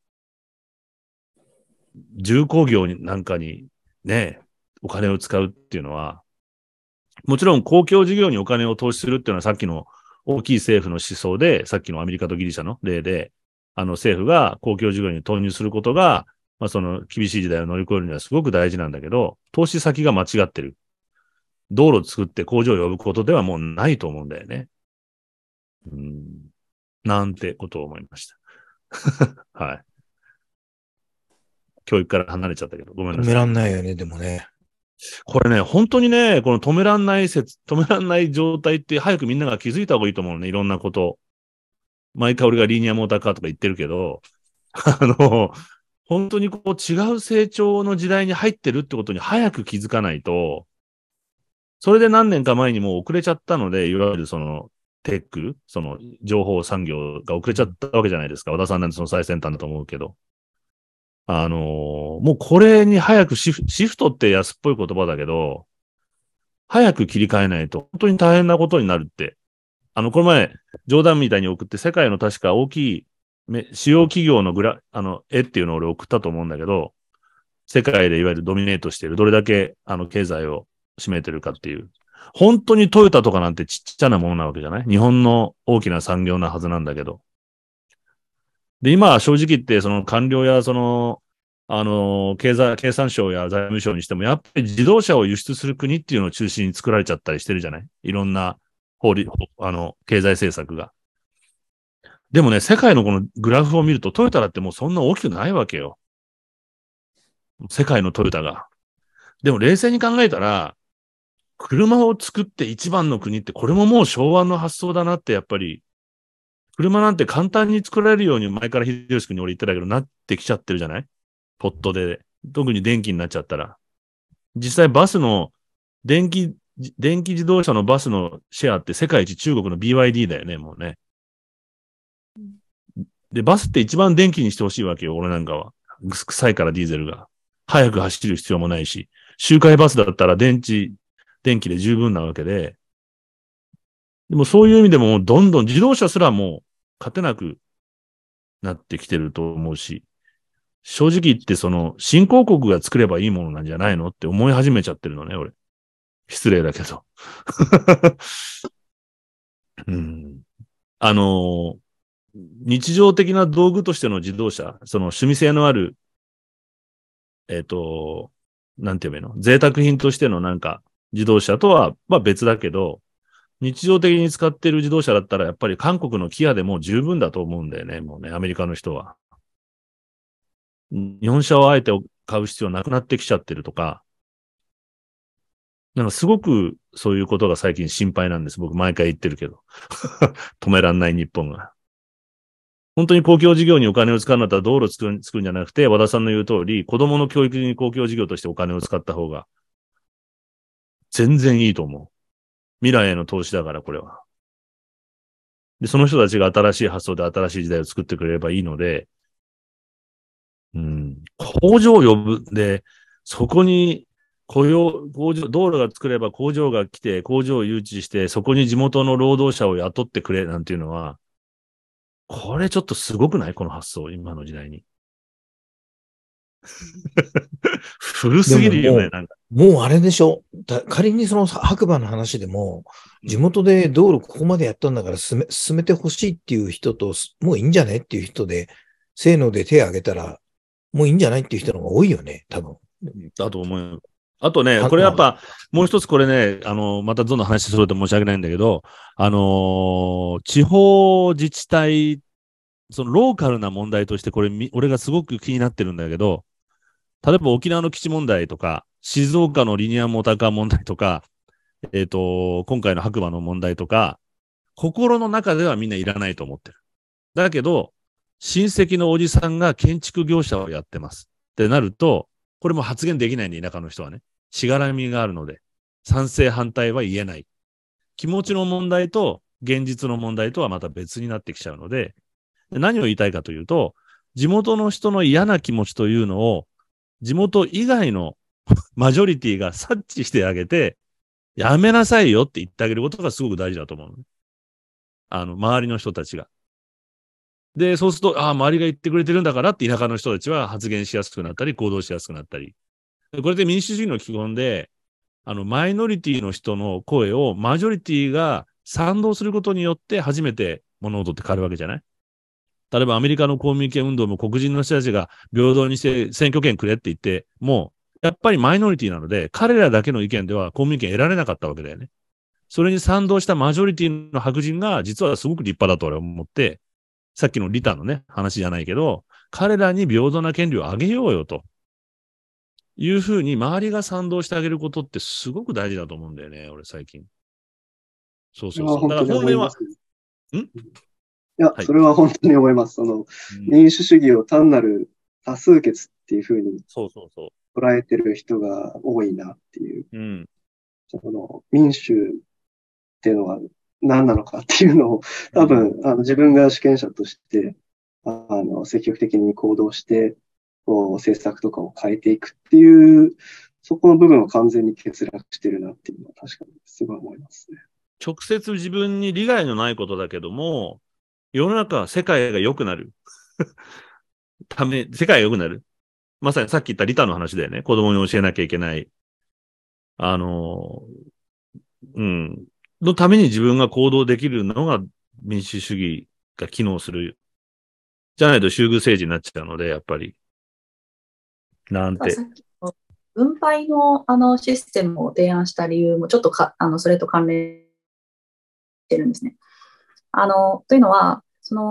重工業なんかにね、お金を使うっていうのは、もちろん公共事業にお金を投資するっていうのはさっきの大きい政府の思想で、さっきのアメリカとギリシャの例で、あの政府が公共事業に投入することが、まあその厳しい時代を乗り越えるにはすごく大事なんだけど、投資先が間違ってる。道路を作って工場を呼ぶことではもうないと思うんだよね。うん、なんてことを思いました。はい。教育から離れちゃったけど、ごめんなさい。 止めらんないよね、でもね。 これね、本当にね、この止めらんない説、止めらんない状態って早くみんなが気づいた方がいいと思うね、いろんなこと。毎回俺がリニアモーターカーとか言ってるけど、あの、本当にこう違う成長の時代に入ってるってことに早く気づかないと、それで何年か前にもう遅れちゃったので、いわゆるそのテック、その情報産業が遅れちゃったわけじゃないですか。和田さんなんてその最先端だと思うけど。あのー、もうこれに早くシフ、シフトって安っぽい言葉だけど、早く切り替えないと本当に大変なことになるって。あの、この前、冗談みたいに送って世界の確か大きい、主要企業のグラ、あの、絵っていうのを俺送ったと思うんだけど、世界でいわゆるドミネートしている、どれだけあの経済を占めてるかっていう。本当にトヨタとかなんてちっちゃなものなわけじゃない？日本の大きな産業なはずなんだけど。で、今は正直言って、その官僚や、その、あの、経済、経産省や財務省にしても、やっぱり自動車を輸出する国っていうのを中心に作られちゃったりしてるじゃない？いろんな法律、あの、経済政策が。 でもね、世界のこのグラフを見ると、トヨタだってもうそんな大きくないわけよ。世界のトヨタが。でも冷静に考えたら、車を作って一番の国って、これももう昭和の発想だなって、やっぱり、車なんて簡単に作られるように前から秀吉君に俺言ってたけど、なってきちゃってるじゃない？ポットで。特に電気になっちゃったら。実際バスの、電気、電気自動車のバスのシェアって世界一中国の ビーワイディー だよね、もうね。で、バスって一番電気にしてほしいわけよ、俺なんかは。臭いからディーゼルが。早く走る必要もないし。周回バスだったら電池、電気で十分なわけで。でもそういう意味でも、どんどん自動車すらもう勝てなくなってきてると思うし、正直言ってその、新興国が作ればいいものなんじゃないのって思い始めちゃってるのね、俺。失礼だけど。うん、あの、日常的な道具としての自動車、その趣味性のある、えっと、なんて言えばいいの？贅沢品としてのなんか自動車とは、まあ別だけど、日常的に使っている自動車だったらやっぱり韓国のキアでもう十分だと思うんだよね、もうね、アメリカの人は。日本車をあえて買う必要なくなってきちゃってるとか、なんかすごくそういうことが最近心配なんです。僕毎回言ってるけど。止めらんない日本が。本当に公共事業にお金を使うんだったら道路作る、作るんじゃなくて、和田さんの言う通り、子供の教育に公共事業としてお金を使った方が、全然いいと思う。未来への投資だから、これは。で、その人たちが新しい発想で新しい時代を作ってくれればいいので、うん、工場を呼ぶ。で、そこに雇用、工場、道路が作れば工場が来て、工場を誘致して、そこに地元の労働者を雇ってくれ、なんていうのは、これちょっとすごくない？この発想、今の時代に。古すぎるよね、なんか。 もうあれでしょ。仮にその白馬の話でも、地元で道路ここまでやったんだから進め、進めてほしいっていう人と、もういいんじゃねっていう人で、せーので手を挙げたら、もういいんじゃないっていう人の方が多いよね、多分。 だと思う。あとね、これやっぱ、もう一つこれね、あの、またどんどん話すると申し訳ないんだけど、あのー、地方自治体、そのローカルな問題としてこれ、俺がすごく気になってるんだけど、例えば沖縄の基地問題とか、静岡のリニアモーターカー問題とか、えっと、今回の白馬の問題とか、心の中ではみんないらないと思ってる。だけど、親戚のおじさんが建築業者をやってます。ってなると、これも発言できないんで、田舎の人はね。しがらみがあるので、賛成反対は言えない。気持ちの問題と現実の問題とはまた別になってきちゃうので、何を言いたいかというと、地元の人の嫌な気持ちというのを、地元以外のマジョリティが察知してあげて、やめなさいよって言ってあげることがすごく大事だと思う、ね。あの、周りの人たちが。で、そうすると、ああ、周りが言ってくれてるんだからって田舎の人たちは発言しやすくなったり、行動しやすくなったり。これで民主主義の基本で、あの、マイノリティの人の声をマジョリティが賛同することによって初めて物事って変わるわけじゃない？例えばアメリカの公民権運動も黒人の人たちが平等にして選挙権くれって言って、もう、やっぱりマイノリティなので、彼らだけの意見では公民権得られなかったわけだよね。それに賛同したマジョリティの白人が実はすごく立派だと俺は思って、さっきのリタのね、話じゃないけど、彼らに平等な権利をあげようよと。いうふうに周りが賛同してあげることってすごく大事だと思うんだよね、俺最近。そうそうそう。だから本音は、んいや、はい、それは本当に思います。その、うん、民主主義を単なる多数決っていうふうに捉えてる人が多いなっていう。 うん、 その民主っていうのは何なのかっていうのを多分、うん、あの自分が主権者としてあの積極的に行動してこう政策とかを変えていくっていうそこの部分を完全に欠落してるなっていうのは確かにすごい思いますね。 直接自分に利害のないことだけども、世の中、世界が良くなる。ため、世界が良くなる。まさにさっき言ったリタの話だよね。子供に教えなきゃいけない。あの、うん。のために自分が行動できるのが民主主義が機能する。じゃないと集合政治になっちゃうので、やっぱり。なんて。 分配のあのシステムを提案した理由もちょっとか、あの、それと関連してるんですね。あの、というのは、その、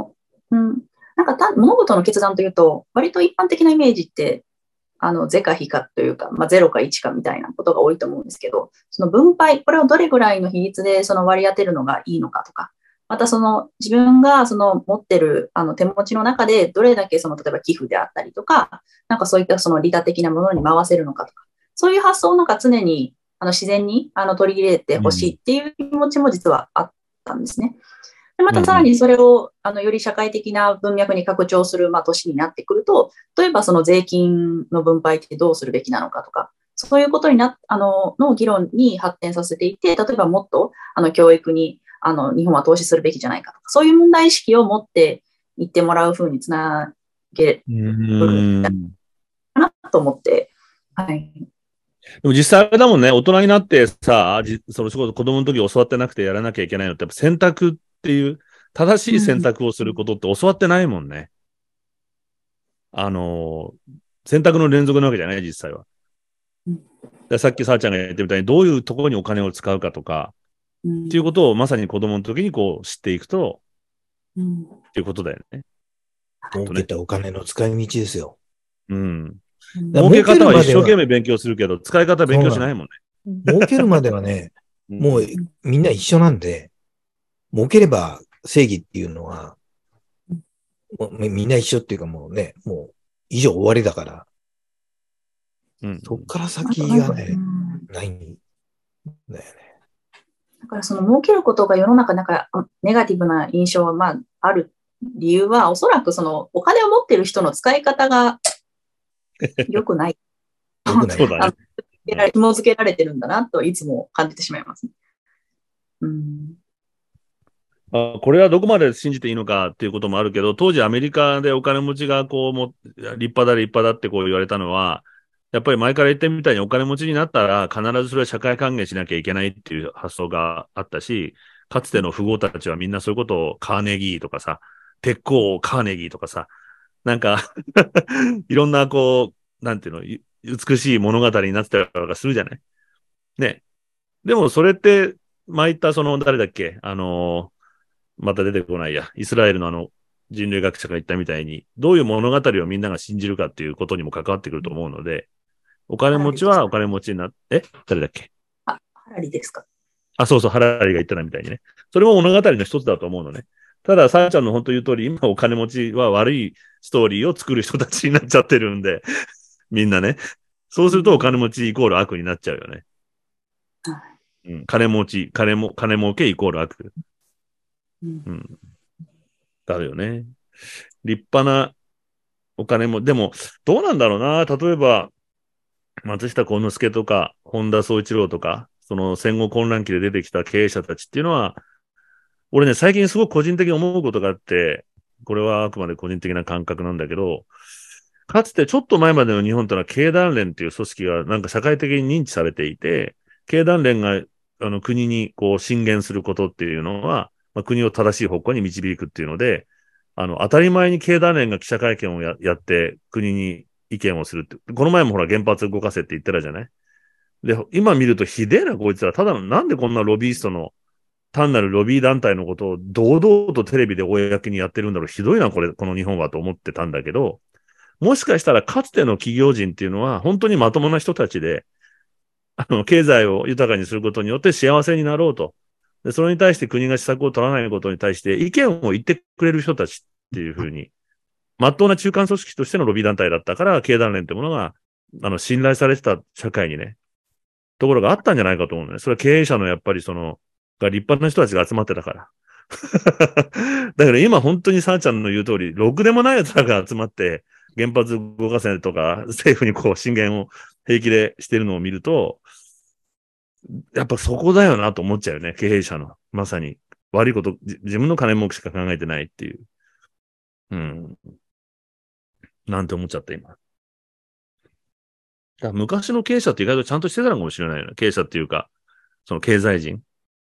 うん。なんかた物事の決断というと、割と一般的なイメージって、あの、是か非かというか、まあ、ゼロかいちかみたいなことが多いと思うんですけど、その分配、これをどれぐらいの比率でその割り当てるのがいいのかとか、またその自分がその持ってるあの手持ちの中でどれだけその例えば寄付であったりとか、なんかそういったその利他的なものに回せるのかとか、そういう発想をなんか常にあの自然にあの取り入れてほしいっていう気持ちも実はあったんですね。でまたさらにそれをあのより社会的な文脈に拡張する、まあ、年になってくると、例えばその税金の分配ってどうするべきなのかとか、そういうことになあのの議論に発展させていて、例えばもっとあの教育にあの日本は投資するべきじゃないかとか、そういう問題意識を持っていってもらうふうにつなげるかなと思って、はい。 でも実際あれだもんね、大人になってさ、その仕事子供の時教わってなくてやらなきゃいけないのって、やっぱ選択っていう、正しい選択をすることって教わってないもんね。うん、あの、選択の連続なわけじゃない、実際は。うん、でさっきさあちゃんが言ってみたいに、どういうところにお金を使うかとか、うん、っていうことをまさに子供の時にこう知っていくと、うん、っていうことだよね。 儲けたお金の使い道ですよ。 うん。儲け方は一生懸命勉強するけど、使い方は勉強しないもんね。 儲けるまではね、もうみんな一緒なんで、儲ければ正義っていうのは、もうみんな一緒っていうかもうね、もう以上終わりだから、うん、そっから先がね、ないんだよね。 だからその儲けることが世の中なんかネガティブな印象はまあある理由は、おそらくそのお金を持っている人の使い方が良くない。 そうだね。 紐付けられてるんだなといつも感じてしまいます、ね。うん、 あこれはどこまで信じていいのかっていうこともあるけど、当時アメリカでお金持ちがこうも立派だ立派だってこう言われたのは、やっぱり前から言ってみたいにお金持ちになったら必ずそれは社会還元しなきゃいけないっていう発想があったし、かつての富豪たちはみんなそういうことをカーネギーとかさ、鉄鋼王カーネギーとかさ、なんかいろんなこう、なんていうの、美しい物語になってたりとかするじゃないね。でもそれって、前言ったその誰だっけあの、また出てこないや。イスラエルのあの人類学者が言ったみたいに、どういう物語をみんなが信じるかっていうことにも関わってくると思うので、お金持ちはお金持ちになって、え誰だっけあ、ハラリですか。 あ、そうそう、ハラリが言ったなみたいにね。それも物語の一つだと思うのね。ただ、さあちゃんの本当言う通り、今お金持ちは悪いストーリーを作る人たちになっちゃってるんで、みんなね。そうするとお金持ちイコール悪になっちゃうよね。うん、金持ち、金も、金儲けイコール悪。うん。だよね。立派なお金も、でも、どうなんだろうな。例えば、松下幸之助とか、本田宗一郎とか、その戦後混乱期で出てきた経営者たちっていうのは、俺ね、最近すごく個人的に思うことがあって、これはあくまで個人的な感覚なんだけど、かつてちょっと前までの日本というのは経団連っていう組織がなんか社会的に認知されていて、経団連があの国にこう進言することっていうのは、まあ、国を正しい方向に導くっていうので、あの、当たり前に経団連が記者会見を や, やって国に意見をするって。この前もほら原発動かせって言ってたじゃないで、今見るとひでえなこいつら、ただのなんでこんなロビーストの単なるロビー団体のことを堂々とテレビで公にやってるんだろう。ひどいな、これ、この日本はと思ってたんだけど、もしかしたらかつての企業人っていうのは本当にまともな人たちで、あの、経済を豊かにすることによって幸せになろうと。で、それに対して国が施策を取らないことに対して意見を言ってくれる人たちっていうふうに、まっとうな中間組織としてのロビー団体だったから、経団連ってものが、あの、信頼されてた社会にね、ところがあったんじゃないかと思うのね。それは経営者のやっぱりその、が立派な人たちが集まってたから。だから今本当にさあちゃんの言う通り、ろくでもない奴らが集まって、原発動かせとか、政府にこう進言を平気でしてるのを見ると、やっぱそこだよなと思っちゃうよね。経営者の。まさに。悪いこと、自分の金儲けしか考えてないっていう。うん。なんて思っちゃった今。だ昔の経営者って意外とちゃんとしてたのかもしれないよね。経営者っていうか、その経済人。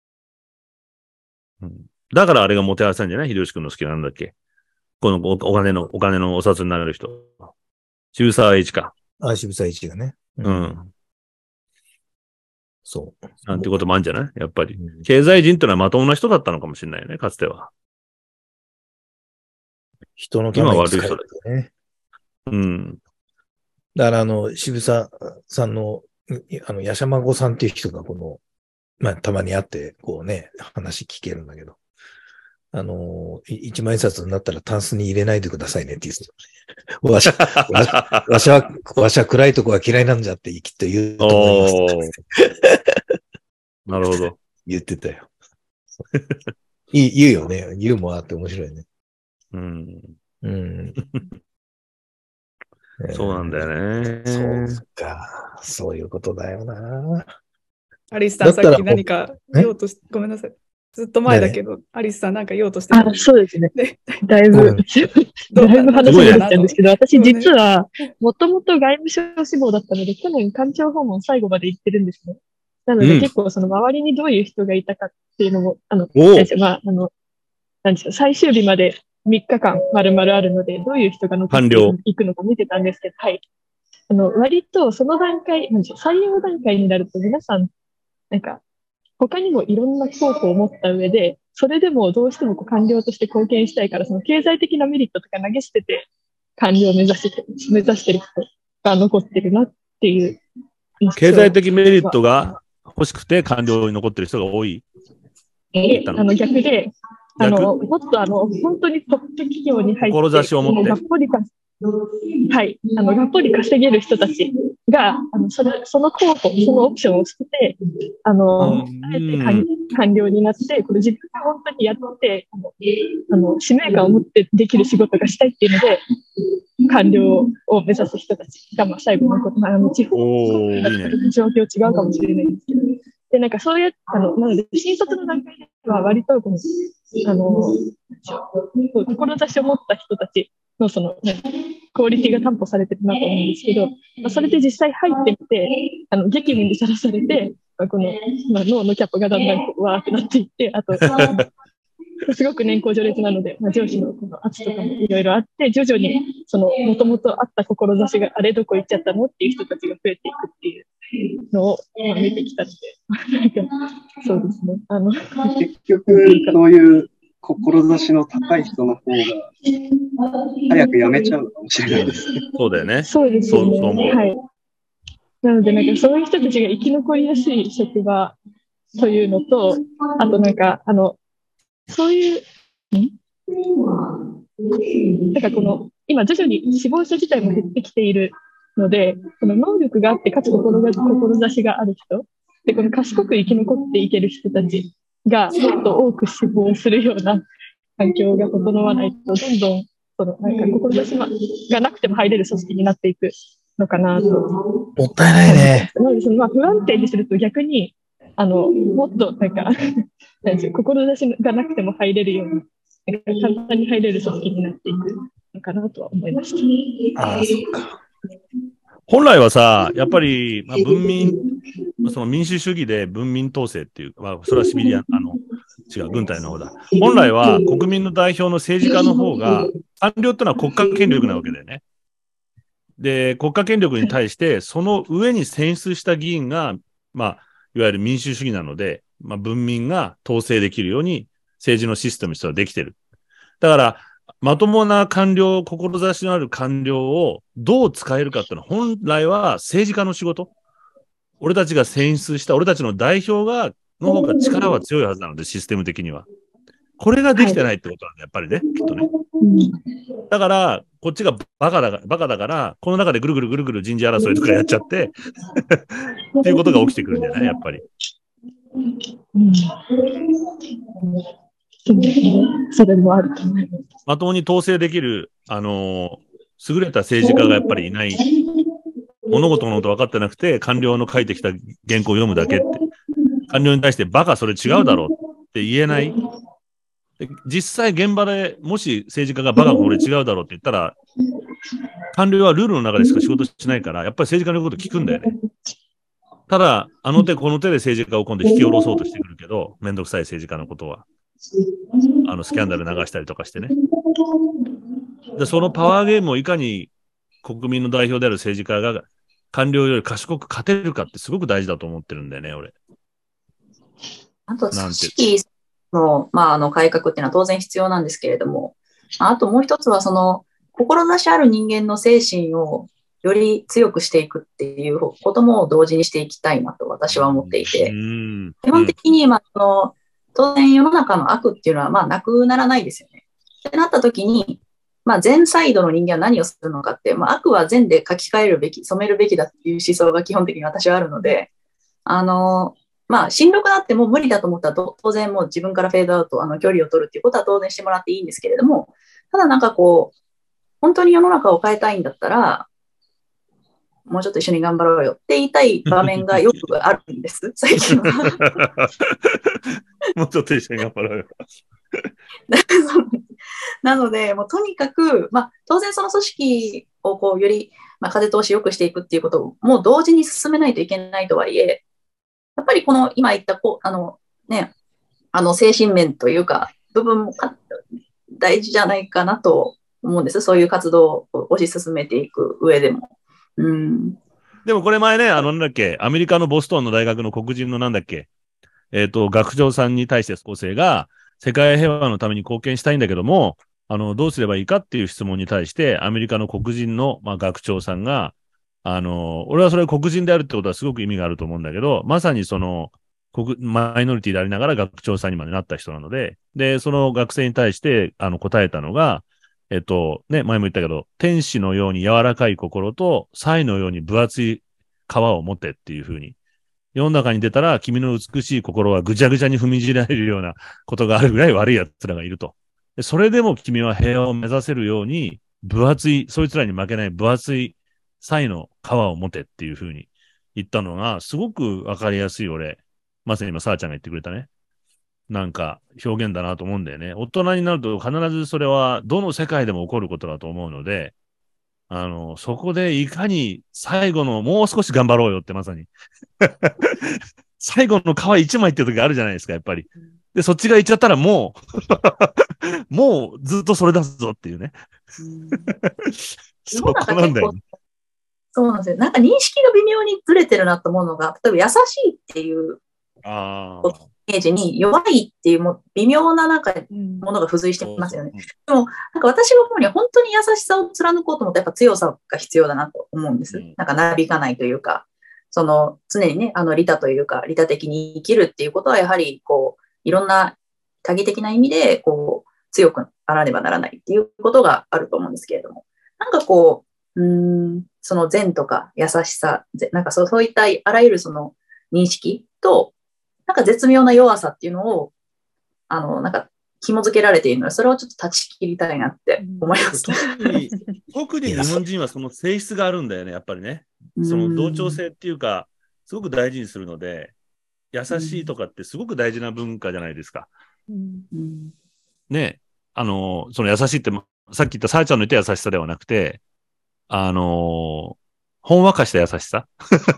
うん、だからあれがもてあわせんじゃない秀吉君の好きなんだっけこのお金の、お金のお札になれる人。渋沢栄一か。 あ、渋沢栄一がね。 うん。うん、 そう。 なんてこともあるんじゃないやっぱり。経済人ってのはまともな人だったのかもしれないよね、かつては。 人のために使えるね。 うん。 だからあの、渋沢さんの、あの、ヤシャマゴさんっていう人がこの、まあ、たまに会って、こうね、話聞けるんだけど、あの、一万円札になったらタンスに入れないでくださいねって言ってた。わしゃ、わしゃ、わしゃ暗いとこは嫌いなんじゃってきっと言うと思います。 なるほど。 言ってたよ。言う言うよね。ユーモアって面白いね。 うん。 うん。 そうなんだよね。 そうか。そういうことだよな。 アリスさん、さっき何か言おうとし、ごめんなさい。ずっと前だけど、アリスさんなんか言おうとしてた。 あ、そうですね。だいぶ、だいぶ話になっちゃうんですけど、私実は、もともと外務省志望だったので、去年官庁訪問最後まで行ってるんですね。なので、結構その周りにどういう人がいたかっていうのも、あの、まあ、あの、なんですか、最終日までみっかかん丸々あるので、どういう人が残っていくのか見てたんですけど、はい。あの、割とその段階、なんでしょう、採用段階になると皆さん、なんか、他にもいろんな候補を持った上で、それでもどうしてもこう官僚として貢献したいから、その経済的なメリットとか投げ捨てて、官僚を目指して、目指してる人が残ってるなっていう。 経済的メリットが欲しくて官僚に残ってる人が多い。 え、あの逆で、あの、もっとあの、本当にトップ企業に入って、 志を持って。 がっぽりか、はい、あの、がっぽり稼げる人たちが、あの、それ、その候補、そのオプションを捨てて、あの、あえて官官僚になって、これ自分が本当にやって、あの、あの使命感を持ってできる仕事がしたいっていうので、官僚を目指す人たちが、まあ、最後のこと、まあ、あの、地方の状況違うかもしれないんですけど、で、なんかそういう、あの、なので、新卒の段階では割とこの、あの、志を持った人たちのその、ね、クオリティが担保されてるなと思うんですけど、まあ、それで実際入ってみて、あの、激務にさらされて、まあ、この、まあ、脳のキャップがだんだんわーってなっていって、あと、すごく年功序列なので、まあ、上司のこの圧とかもいろいろあって、徐々に、その、もともとあった志があれどこ行っちゃったのっていう人たちが増えていくっていうのを、まあ、見てきたので、そうですね。あの、 結局、そういう志の高い人の方が、早く辞めちゃうかもしれないですね。 そうだよね。 そうですよね。そうそうはい。なので、なんかそういう人たちが生き残りやすい職場というのと、あとなんか、あの、そういう、んなんかこの、今徐々に死亡者自体も減ってきているので、この能力があって、かつ志がある人、で、この賢く生き残っていける人たちがもっと多く死亡するような環境が整わないと、どんどん、その、なんか志がなくても入れる組織になっていくのかなと。 もったいないね。 なので、その、まあ、不安定にすると逆に、あの、もっと、なんか、なんでしょう、志がなくても入れるような、なんか簡単に入れる組織になっていくのかなとは思いました。 ああ、そうか。 本来はさ、やっぱり、まあ、文民、その民主主義で文民統制っていう、まあ、それはシビリアン、あの、違う、軍隊の方だ。本来は国民の代表の政治家の方が、官僚ってのは国家権力なわけだよね。で、国家権力に対して、その上に選出した議員が、まあ、いわゆる民主主義なので、まあ、文民が統制できるように政治のシステムとしてはできてる。だから、まともな官僚、志のある官僚をどう使えるかっていうのは、本来は政治家の仕事。俺たちが選出した、俺たちの代表が、の方が力は強いはずなので、システム的には。これができてないってことなんだ、やっぱりね、きっとね。だから、こっちがバカだから、バカだから、この中でぐるぐるぐるぐる人事争いとかやっちゃって、っていうことが起きてくるんじゃないやっぱり。 うんそうですね。それもあると思います。 まともに統制できる、あのー、優れた政治家がやっぱりいない。物事のこと分かってなくて、官僚の書いてきた原稿を読むだけって。官僚に対してバカそれ違うだろうって言えない。実際現場でもし政治家がバカこれ違うだろうって言ったら、官僚はルールの中でしか仕事しないから、やっぱり政治家のこと聞くんだよね。ただ、あの手この手で政治家を今度引き下ろそうとしてくるけど、めんどくさい政治家のことは。あのスキャンダル流したりとかしてね。で、そのパワーゲームをいかに国民の代表である政治家が官僚より賢く勝てるかってすごく大事だと思ってるんだよね、俺。 あと、組織の、まあ、あの改革っていうのは当然必要なんですけれども、 あともう一つは、その、志ある人間の精神をより強くしていくっていうことも同時にしていきたいなと私は思っていて、 うん基本的に、まあ、その、当然世の中の悪っていうのは、まあ、なくならないですよね。ってなった時に、まあ、善サイドの人間は何をするのかって、まあ、悪は善で書き換えるべき、染めるべきだっていう思想が基本的に私はあるので、あの、まあ、しんどくなっても無理だと思ったら、当然もう自分からフェードアウト、あの、距離を取るっていうことは当然してもらっていいんですけれども、ただなんかこう、本当に世の中を変えたいんだったら、もうちょっと一緒に頑張ろうよって言いたい場面がよくあるんです、最近は。 もうちょっと一緒に頑張ろうよ。 なので、もうとにかく、まあ、当然その組織をこうより、まあ、風通し良くしていくっていうことをもう同時に進めないといけないとはいえ、やっぱりこの今言ったこう、あのね、あの精神面というか、部分も大事じゃないかなと思うんです。そういう活動を推し進めていく上でも。うん、 でもこれ前ね、あのなんだっけ、アメリカのボストンの大学の黒人のなんだっけ、えっと、学長さんに対して校生が、世界平和のために貢献したいんだけども、あの、どうすればいいかっていう質問に対して、アメリカの黒人の、まあ、学長さんが、あの、俺はそれ黒人であるってことはすごく意味があると思うんだけど、まさにその、国マイノリティでありながら学長さんにまでなった人なので、で、その学生に対して、あの、答えたのが、えっと、ね、前も言ったけど、天使のように柔らかい心と、才のように分厚い皮を持てっていうふうに、世の中に出たら君の美しい心はぐちゃぐちゃに踏みにじられるようなことがあるぐらい悪い奴らがいると。でそれでも君は平和を目指せるように、分厚い、そいつらに負けない分厚い才の皮を持てっていうふうに言ったのが、すごくわかりやすい俺、まさに今、さあちゃんが言ってくれたね。なんか表現だなと思うんだよね。大人になると必ずそれはどの世界でも起こることだと思うので、あの、そこでいかに最後のもう少し頑張ろうよってまさに。最後の皮一枚っていう時あるじゃないですか、やっぱり。で、そっちが言っちゃったらもう、もうずっとそれだぞっていうね。そこなんだよね。 そうなんですよ。なんか認識が微妙にずれてるなと思うのが、例えば優しいっていうあイメージに弱いっていうも微妙ななんかものが付随してますよね。でも、なんか私が思うには本当に優しさを貫こうと思ってやっぱ強さが必要だなと思うんです。うん、なんかなびかないというか、その常にね、あの利他というか、利他的に生きるっていうことはやはりこう、いろんな多義的な意味でこう、強くあらねばならないっていうことがあると思うんですけれども、なんかこう、うーん、その善とか優しさ、なんかそう、そういったあらゆるその認識と、なんか絶妙な弱さっていうのを、あの、なんか紐付けられているので、それをちょっと断ち切りたいなって思います。 特に、特に日本人はその性質があるんだよね、やっぱりね。その同調性っていうか、すごく大事にするので、優しいとかってすごく大事な文化じゃないですか。うん、ね、あの、その優しいって、さっき言ったさあちゃんの言った優しさではなくて、あの、ほんわかした優しさ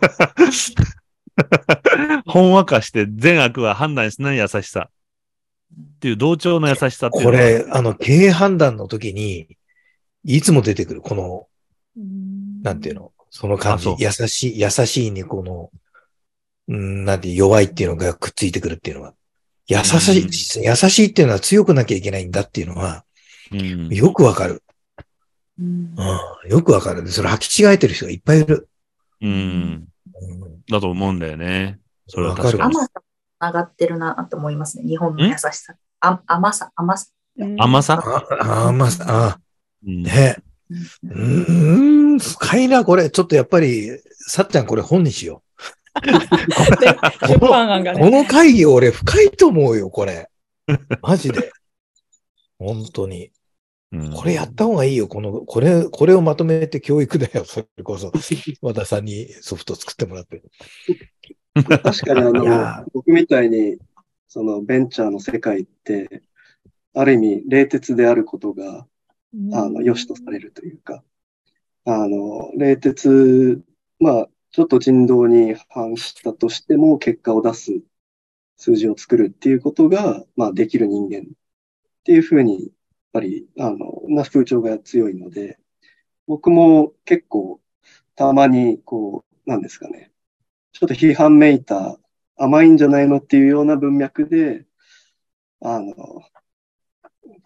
ほんわかして善悪は判断しない優しさっていう同調の優しさっていうのは。 これ、あの、経営判断の時に、いつも出てくる、この、なんていうの、その感じ、優しい、優しいにこの、んなんて弱いっていうのがくっついてくるっていうのは、優しい、優しいっていうのは強くなきゃいけないんだっていうのは、よくわかる。うん、よくわかる。それ履き違えてる人がいっぱいいる。 うん。うん、だと思うんだよね。それは確かに。 甘さ上がってるなと思いますね。日本の優しさ。あ甘さ、甘さ。 甘さあ甘さ、あ、ね。うん、深いな、これ。ちょっとやっぱり、さっちゃんこれ本にしよう。出版案がね。この会議俺深いと思うよ、これ。マジで。本当に。これやった方がいいよ。この、これ、これをまとめて教育だよ。それこそ。和田さんにソフト作ってもらって。 確かにあの、僕みたいに、そのベンチャーの世界って、ある意味、冷徹であることが、あの、良しとされるというか、あの、冷徹、まあ、ちょっと人道に反したとしても、結果を出す数字を作るっていうことが、まあ、できる人間っていうふうに、やっぱり、あの、な風潮が強いので、僕も結構、たまに、こう、なんですかね、ちょっと批判めいた、甘いんじゃないのっていうような文脈で、あの、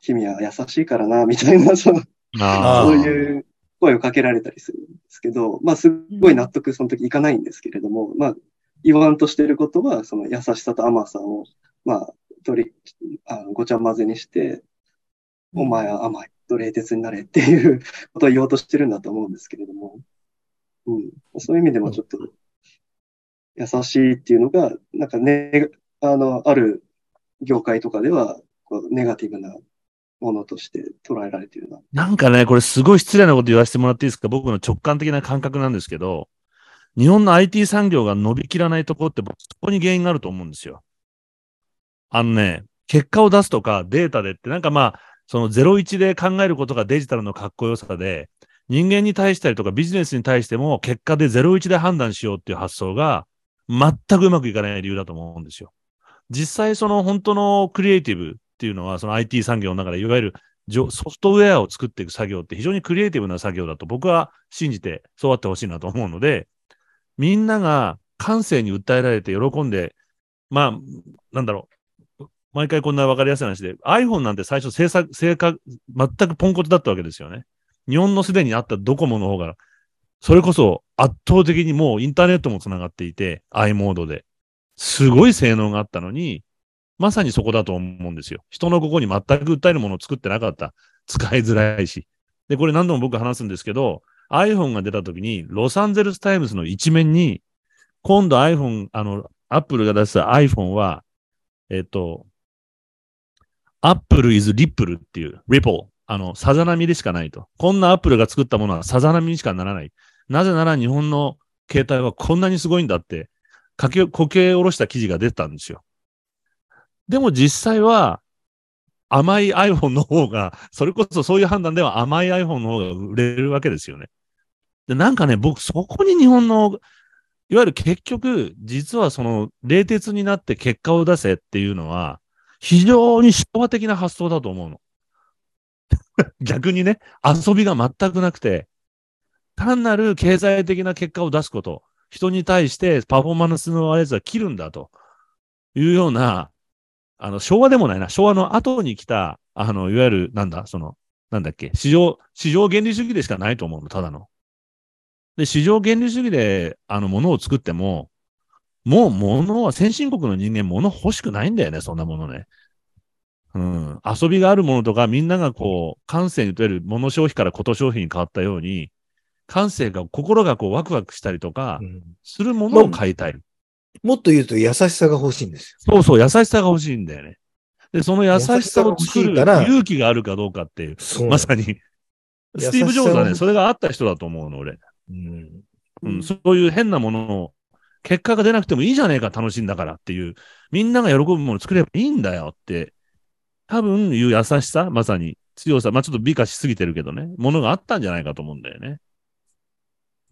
君は優しいからな、みたいな、そのあそういう声をかけられたりするんですけど、まあ、すごい納得その時いかないんですけれども、まあ、言わんとしてることは、その優しさと甘さを、まあ、取り、あのごちゃ混ぜにして、お前は甘いと冷徹になれっていうことを言おうとしてるんだと思うんですけれども、うん、そういう意味でもちょっと、優しいっていうのが、なんかね、あの、ある業界とかでは、こうネガティブなものとして捉えられているな。 なんかね、これすごい失礼なこと言わせてもらっていいですか？僕の直感的な感覚なんですけど、日本の アイティー 産業が伸びきらないところって僕そこに原因があると思うんですよ。あのね、結果を出すとかデータでってなんかまあ、そのゼロイチで考えることがデジタルのかっこよさで、人間に対したりとかビジネスに対しても結果でゼロイチで判断しようっていう発想が全くうまくいかない理由だと思うんですよ。実際その本当のクリエイティブっていうのはその アイティー 産業の中でいわゆるソフトウェアを作っていく作業って非常にクリエイティブな作業だと僕は信じてそうあってほしいなと思うので、みんなが感性に訴えられて喜んで、まあ、なんだろう、毎回こんな分かりやすい話で、iPhone なんて最初制作、正確、全くポンコツだったわけですよね。日本のすでにあったドコモの方が、それこそ圧倒的にもうインターネットもつながっていて、i モードで。すごい性能があったのに、まさにそこだと思うんですよ。人の心に全く訴えるものを作ってなかった。使いづらいし。で、これ何度も僕話すんですけど、iPhone が出た時に、ロサンゼルスタイムズの一面に、今度 iPhone、あの、Apple が出した iPhone は、えっと、Apple is Ripple っていう、Ripple。あの、さざ波でしかないと。こんな Apple が作ったものはさざ波にしかならない。なぜなら日本の携帯はこんなにすごいんだって、かけ、こけ下ろした記事が出たんですよ。でも実際は、甘い iPhone の方が、それこそそういう判断では甘い iPhone の方が売れるわけですよね。で、なんかね、僕そこに日本の、いわゆる結局、実はその、冷徹になって結果を出せっていうのは、非常に昭和的な発想だと思うの。逆にね、遊びが全くなくて、単なる経済的な結果を出すこと、人に対してパフォーマンスのあれは切るんだというような、あの、昭和でもないな、昭和の後に来た、あの、いわゆる、なんだ、その、なんだっけ、市場、市場原理主義でしかないと思うの、ただの。で、市場原理主義で、あの、物を作っても、もう物は、先進国の人間、物欲しくないんだよね、そんなものね。うん。遊びがあるものとか、みんながこう、感性にとれる物消費からこと消費に変わったように、感性が、心がこう、ワクワクしたりとか、するものを買いたい。 もっと言うと優しさが欲しいんですよ。 そうそう、優しさが欲しいんだよね。で、その優しさを作る勇気があるかどうかっていう、まさに、スティーブ・ジョブズはね、それがあった人だと思うの、俺。うんうん、そういう変なものを、結果が出なくてもいいじゃねえか、楽しいんだからっていう、みんなが喜ぶものを作ればいいんだよって、多分いう優しさ、まさに強さ、まあちょっと美化しすぎてるけどね、ものがあったんじゃないかと思うんだよね。うん。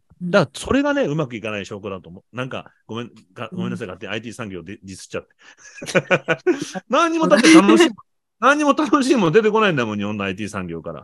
だから、それがね、うまくいかない証拠だと思う。なんか、ごめん、ごめんなさい、勝手に アイティー 産業でディスっちゃって。何にもだって楽しい、何にも楽しいもの出てこないんだもん、日本の アイティー 産業から。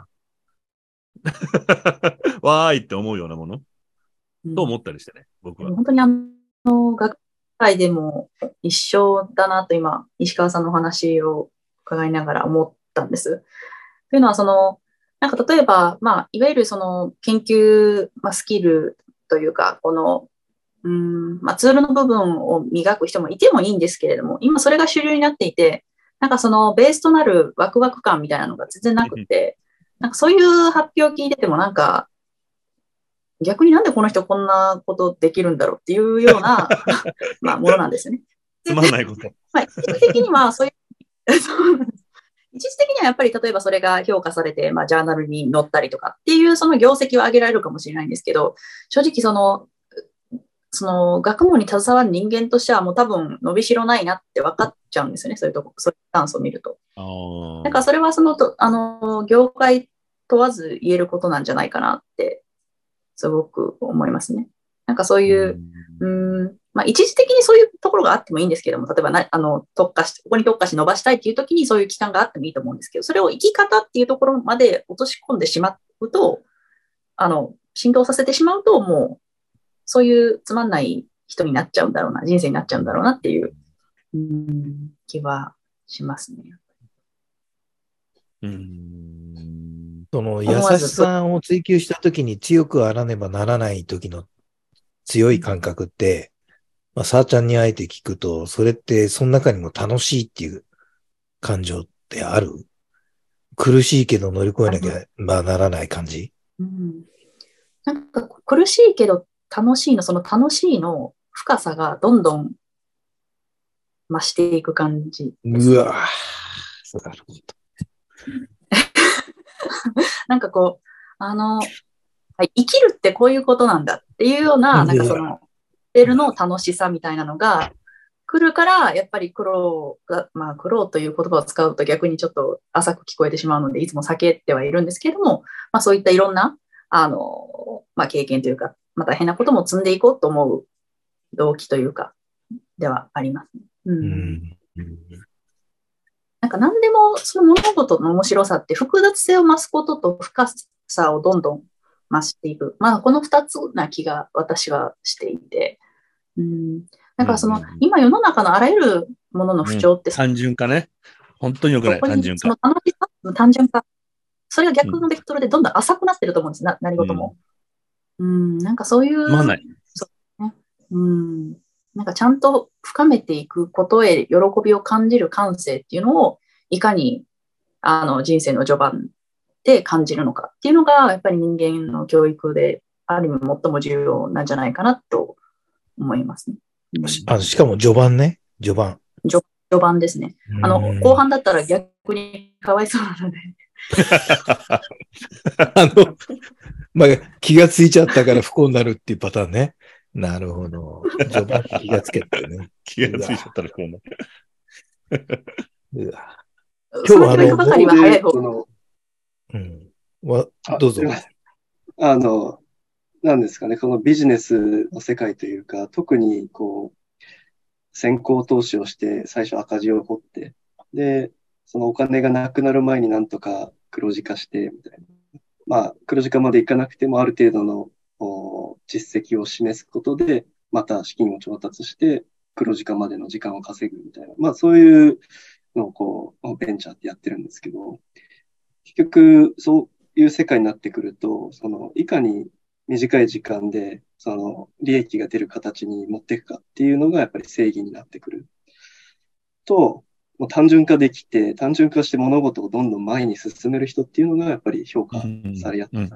わーいって思うようなもの、うん、と思ったりしてね、僕は。 本当にあの、学会でも一緒だなと今、石川さんのお話を伺いながら思ったんです。というのは、その、なんか例えば、まあ、いわゆるその研究、まあ、スキルというか、この、うんまあ、ツールの部分を磨く人もいてもいいんですけれども、今それが主流になっていて、なんかそのベースとなるワクワク感みたいなのが全然なくて、なんかそういう発表を聞いててもなんか、逆になんでこの人こんなことできるんだろうっていうようなまあものなんですよね。 つまんないこと。 まあ、一時的にはそういう、そうなんです。一時的にはやっぱり例えばそれが評価されて、まあ、ジャーナルに載ったりとかっていうその業績は上げられるかもしれないんですけど、正直その、その学問に携わる人間としてはもう多分伸びしろないなって分かっちゃうんですよね、そういうとこ、そういうスタンスを見ると。だからそれはそのと、あの、業界問わず言えることなんじゃないかなってすごく思いますね。なんかそういう、うーん、まあ一時的にそういうところがあってもいいんですけども、例えばなあの特化し、ここに特化して伸ばしたいっていう時にそういう期間があってもいいと思うんですけど、それを生き方っていうところまで落とし込んでしまうと、あの、浸透させてしまうと、もう、そういうつまんない人になっちゃうんだろうな、人生になっちゃうんだろうなっていう、うーん気はしますね。 うーん。 その優思わずしさを追求したときに強くあらねばならない時の強い感覚って、まあ、さーちゃんにあえて聞くと、それってその中にも楽しいっていう感情ってある？苦しいけど乗り越えなきゃまあならない感じ？ うん、なんか苦しいけど楽しいの、その楽しいの深さがどんどん増していく感じですね。 うわぁ。なるほど。 なんかこう、あの、はい、生きるってこういうことなんだっていうような、なんかその、レベルの楽しさみたいなのが来るから、やっぱり苦労が、まあ苦労という言葉を使うと逆にちょっと浅く聞こえてしまうので、いつも避けてはいるんですけれども、まあそういったいろんな、あの、まあ経験というか、まあ大変なことも積んでいこうと思う動機というか、ではありますね。うん。 うんなんか何でもその物事の面白さって複雑性を増すことと深さをどんどん増していく。まあこの二つな気が私はしていて。うん。だからその、 うんうんうん今世の中のあらゆるものの不調って、 単純化ね。本当に良くない、 そこ単純化にその。楽しさの単純化。それが逆のベクトルでどんどん浅くなってると思うんですな、何事も。うん、なんかそういう、 つまんない。 そうね。うん。なんかちゃんと深めていくことへ喜びを感じる感性っていうのを、いかにあの人生の序盤で感じるのかっていうのが、やっぱり人間の教育で、ある意味最も重要なんじゃないかなと思いますね。うんしあしかも序盤ね。序盤。 序序盤ですね。あの、 うん後半だったら逆にかわいそうなので。 あの、まあ、気がついちゃったから不幸になるっていうパターンね。なるほど。序盤に気がつけたよね。 気がついちゃったらこうなる。 うわそれで行くばかりは早い方そのうん。わあどうぞすい。ませんあの、なんですかね、このビジネスの世界というか、特にこう、先行投資をして最初赤字を掘って、で、そのお金がなくなる前になんとか黒字化して、みたいな。まあ、黒字化までいかなくてもある程度のお実績を示すことで、また資金を調達して黒字化までの時間を稼ぐみたいな。まあ、そういうのをこう、ベンチャーってやってるんですけど、結局、そういう世界になってくると、その、いかに短い時間で、その、利益が出る形に持っていくかっていうのが、やっぱり正義になってくる。と、もう単純化できて、単純化して物事をどんどん前に進める人っていうのが、やっぱり評価されやすい。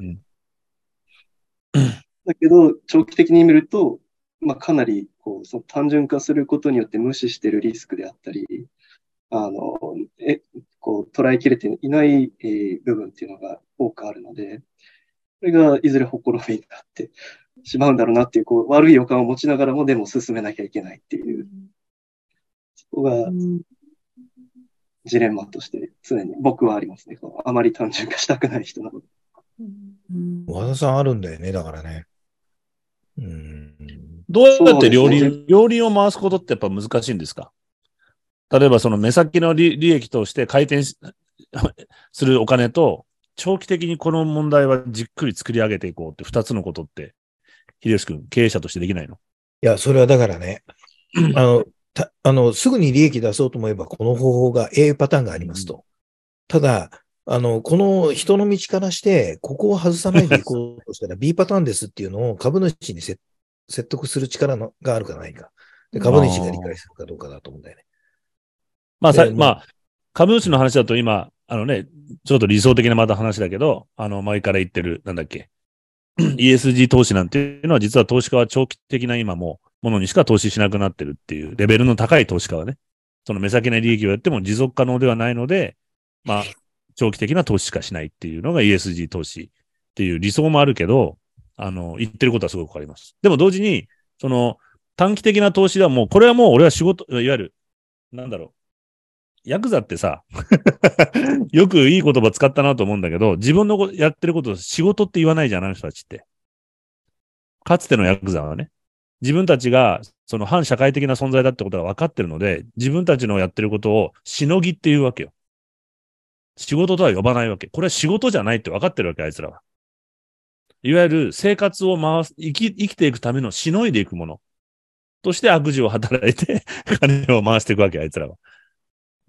だけど、長期的に見ると、まあ、かなり、こう、その単純化することによって無視しているリスクであったり、あの、え、こう、捉えきれていない、えー部分っていうのが多くあるので、それがいずれほころびになってしまうんだろうなっていう、こう、悪い予感を持ちながらも、でも進めなきゃいけないっていう、そこがうんジレンマとして常に僕はありますね。こうあまり単純化したくない人なので。 うん和田さんあるんだよね、だからね。うん。 どうやって両そうです輪、両輪を回すことってやっぱ難しいんですか？例えばその目先の利利益として回転しするお金と、長期的にこの問題はじっくり作り上げていこうって二つのことって、秀吉君、経営者としてできないの？ いや、それはだからね、あの、たあの、すぐに利益出そうと思えば、この方法が A パターンがありますと。ただ、あの、この人の道からして、ここを外さないでいこうとしたら B パターンですっていうのを株主にせ説得する力のがあるかないか。で、株主が理解するかどうかだと思うんだよね。 まあ、さでもうまあ、株主の話だと今、あのね、ちょっと理想的なまた話だけど、あの、前から言ってる、なんだっけ、イーエスジー 投資なんていうのは、実は投資家は長期的な今もものにしか投資しなくなってるっていう、レベルの高い投資家はね、その目先の利益をやっても持続可能ではないので、まあ、長期的な投資しかしないっていうのが イーエスジー 投資っていう理想もあるけど、あの、言ってることはすごくわかります。でも同時に、その、短期的な投資ではもう、これはもう俺は仕事、いわゆる、なんだろう、ヤクザってさ、よくいい言葉使ったなと思うんだけど、自分のやってることを仕事って言わないじゃん、あの人たちって。かつてのヤクザはね、自分たちがその反社会的な存在だってことが分かってるので、自分たちのやってることをしのぎっていうわけよ。仕事とは呼ばないわけ。これは仕事じゃないって分かってるわけ、あいつらは。いわゆる生活を回す、生き、生きていくためのしのいでいくものとして悪事を働いて金を回していくわけ、あいつらは。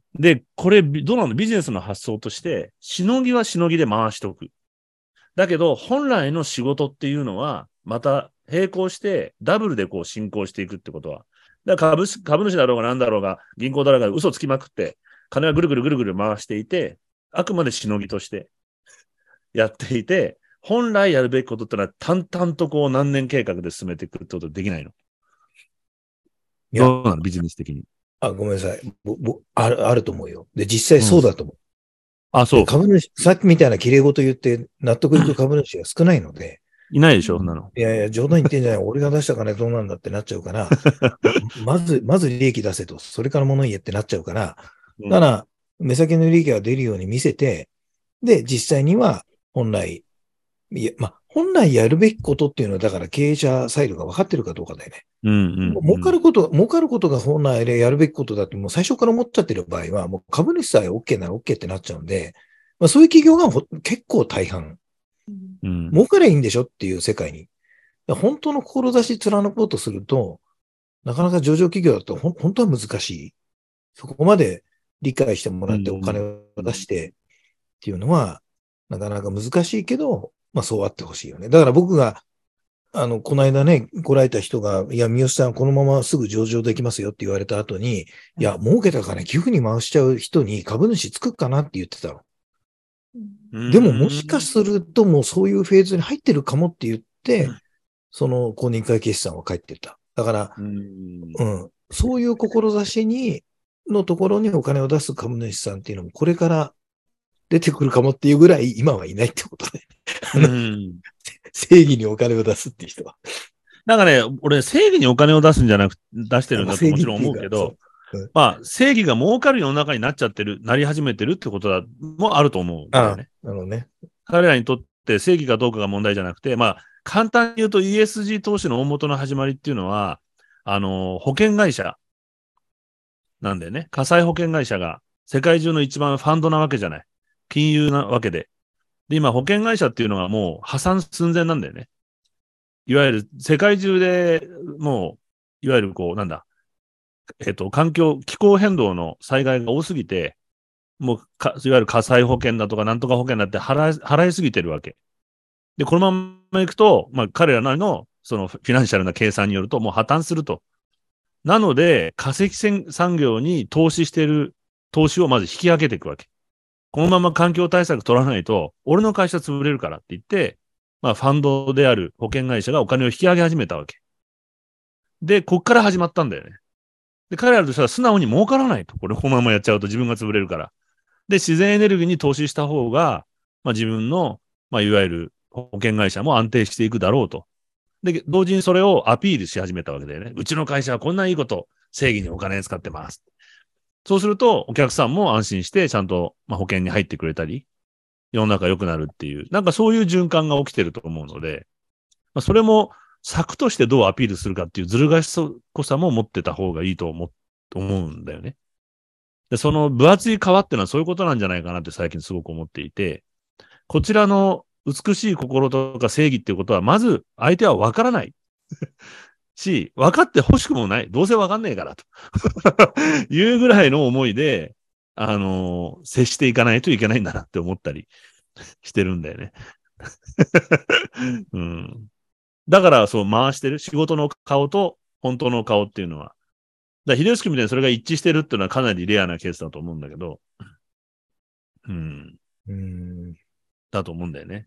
で、これ、どうなの？ビジネスの発想として、しのぎはしのぎで回しとく。だけど、本来の仕事っていうのは、また並行して、ダブルでこう進行していくってことは、だから株主、株主だろうが何だろうが、銀行だろうが嘘つきまくって、金はぐるぐるぐるぐる回していて、あくまでしのぎとしてやっていて、本来やるべきことってのは淡々とこう何年計画で進めていくってことできないの？ いや、 どうなの？ビジネス的に。 あ、ごめんなさい。ぼぼある、あると思うよ。で、実際そうだと思う。 あ、そう。 株主、さっきみたいな綺麗事言って納得いく株主が少ないので、 いないでしょ、そんなの。 いやいや、冗談言ってんじゃない。俺が出した金どうなんだってなっちゃうから、まず、まず利益出せと、それから物言えってなっちゃうから、 うんだから、目先の利益が出るように見せて、で、実際には本来、いや、まあ、本来やるべきことっていうのは、だから経営者サイドが分かってるかどうかだよね。 うんうんうん、 儲かること、儲かることが本来でやるべきことだって、もう最初から思っちゃってる場合は、もう株主さえ OK なら OK ってなっちゃうんで、まあ、そういう企業がほ結構大半。 うん儲かりゃいいんでしょっていう世界に。本当の志貫こうとすると、なかなか上場企業だとほん本当は難しい。そこまで理解してもらってお金を出してっていうのは、なかなか難しいけど、まあそうあってほしいよね。だから僕が、あの、この間ね、来られた人が、いや、三好さんこのまますぐ上場できますよって言われた後に、いや、儲けた金寄付に回しちゃう人に株主つくかなって言ってたの。でももしかするともうそういうフェーズに入ってるかもって言って、その公認会決算は帰ってた。だから、 うんうん、そういう志に、のところにお金を出す株主さんっていうのもこれから出てくるかもっていうぐらい今はいないってことで。 うん正義にお金を出すっていう人は。 なんかね、俺、正義にお金を出すんじゃなく、出してるんだともちろん思うけど、 うんまあ、正義が儲かる世の中になっちゃってる、なり始めてるってことだもあると思うんだよね。 あのね。 彼らにとって正義かどうかが問題じゃなくて、まあ、簡単に言うと イーエスジー 投資の大元の始まりっていうのは、あの、保険会社なんだよね。火災保険会社が世界中の一番ファンドなわけじゃない。金融なわけで。で、今、保険会社っていうのがもう破産寸前なんだよね。いわゆる世界中でもう、いわゆるこう、なんだ、えっと、環境、気候変動の災害が多すぎて、もうか、いわゆる火災保険だとかなんとか保険だって払い、払いすぎてるわけ。で、このまま行くと、まあ、彼らなりの、そのフィナンシャルな計算によると、もう破綻すると。なので、化石産業に投資している投資をまず引き上げていくわけ。このまま環境対策取らないと、俺の会社潰れるからって言って、まあ、ファンドである保険会社がお金を引き上げ始めたわけ。で、こっから始まったんだよね。で、彼らとしては素直に儲からないと。これ、このままやっちゃうと自分が潰れるから。で、自然エネルギーに投資した方が、まあ自分の、まあいわゆる保険会社も安定していくだろうと。で、同時にそれをアピールし始めたわけだよね。うちの会社はこんないいこと、正義にお金使ってます。そうすると、お客さんも安心して、ちゃんと、まあ、保険に入ってくれたり、世の中良くなるっていう、なんかそういう循環が起きてると思うので、まあ、それも策としてどうアピールするかっていうずる賢さも持ってた方がいいと思思うんだよね。で、その分厚い皮っていうのはそういうことなんじゃないかなって最近すごく思っていて、こちらの美しい心とか正義っていうことは、まず相手は分からない。し、分かって欲しくもない。どうせ分かんねえからと。いうぐらいの思いで、あのー、接していかないといけないんだなって思ったりしてるんだよね。うん、だから、そう回してる仕事の顔と本当の顔っていうのは。だ秀吉君みたいにそれが一致してるっていうのはかなりレアなケースだと思うんだけど。うん。 うんだと思うんだよね。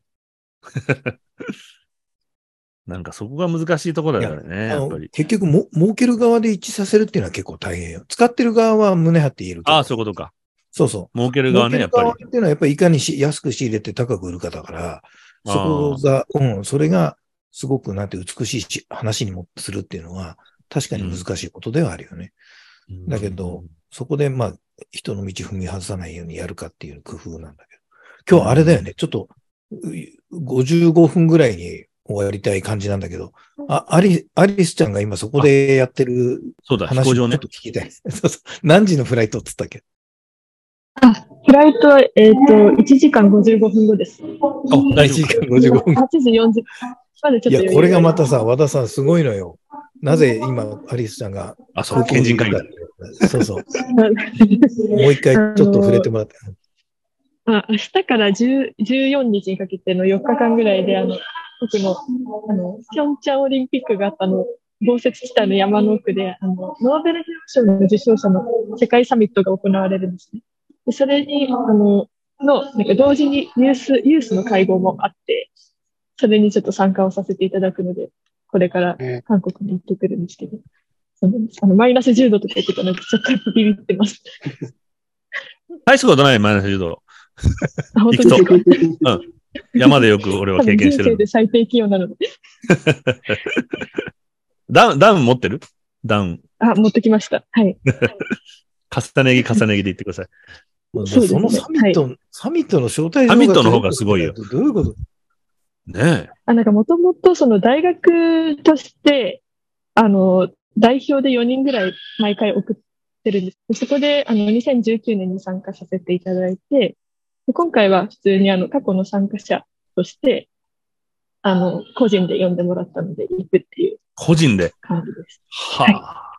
なんかそこが難しいところだよね、 ややっぱり。 結局も、儲ける側で一致させるっていうのは結構大変よ。使ってる側は胸張って言えるけど。 ああ、そういうことか。 そうそう。 儲ける側ね、やっぱり。 儲ける側っていうのはやっぱりいかにし安く仕入れて高く売るかだから、そこが、うん、それがすごくなんて美しいし話にもするっていうのは確かに難しいことではあるよね。うん、だけど、うん、そこでまあ人の道踏み外さないようにやるかっていう工夫なんだけど。今日あれだよね、うん、ちょっとごじゅうごふんぐらいに終わりたい感じなんだけど、あ、アリ、アリスちゃんが今そこでやってる話をちょっと聞きたい。そうそう。何時のフライトって言ったっけ？ あ、フライトは、えっと、いちじかんごじゅうごふんごです。 あ、いちじかんごじゅうごふん。 はちじよんじゅっぷん。まだちょっと。 いや、これがまたさ、和田さんすごいのよ。なぜ今、アリスちゃんが。 あ、そう、エンジン会議。 そうそう。もう一回ちょっと触れてもらって。 あ、明日からじゅう、じゅうよっかにかけてのよっかかんぐらいで、あの、僕の、あの、ピョンチャンオリンピックがあったの、豪雪地帯の山の奥で、あの、ノーベル平和賞の受賞者の世界サミットが行われるんですね。で、それに、あの、の、なんか同時にユース、ユースの会合もあって、それにちょっと参加をさせていただくので、これから韓国に行ってくるんですけど、そうなんです。あの、マイナスじゅうどとか言ってたので、ちょっとビビってます。 大したことない、マイナスじゅうど。 あ、本当ですか。 うん。山でよく俺は経験してる。 人生で最低気温なので。 ダウン、ダウン持ってる？ダウン。 あ、持ってきました。はい。 重ね着重ね着で言ってください。 そ, そのサミット、はい、サミットの招待状サミットの方がすごいよ。 どういうこと？ ねえ。 あ、なんかもともとその大学として、あの、代表でよにんぐらい毎回送ってるんです。でそこで、あの、にせんじゅうきゅうねんに参加させていただいて、で今回は普通にあの、過去の参加者として、あの、個人で呼んでもらったので行くっていう。 個人で感じです。 はあ、 はい。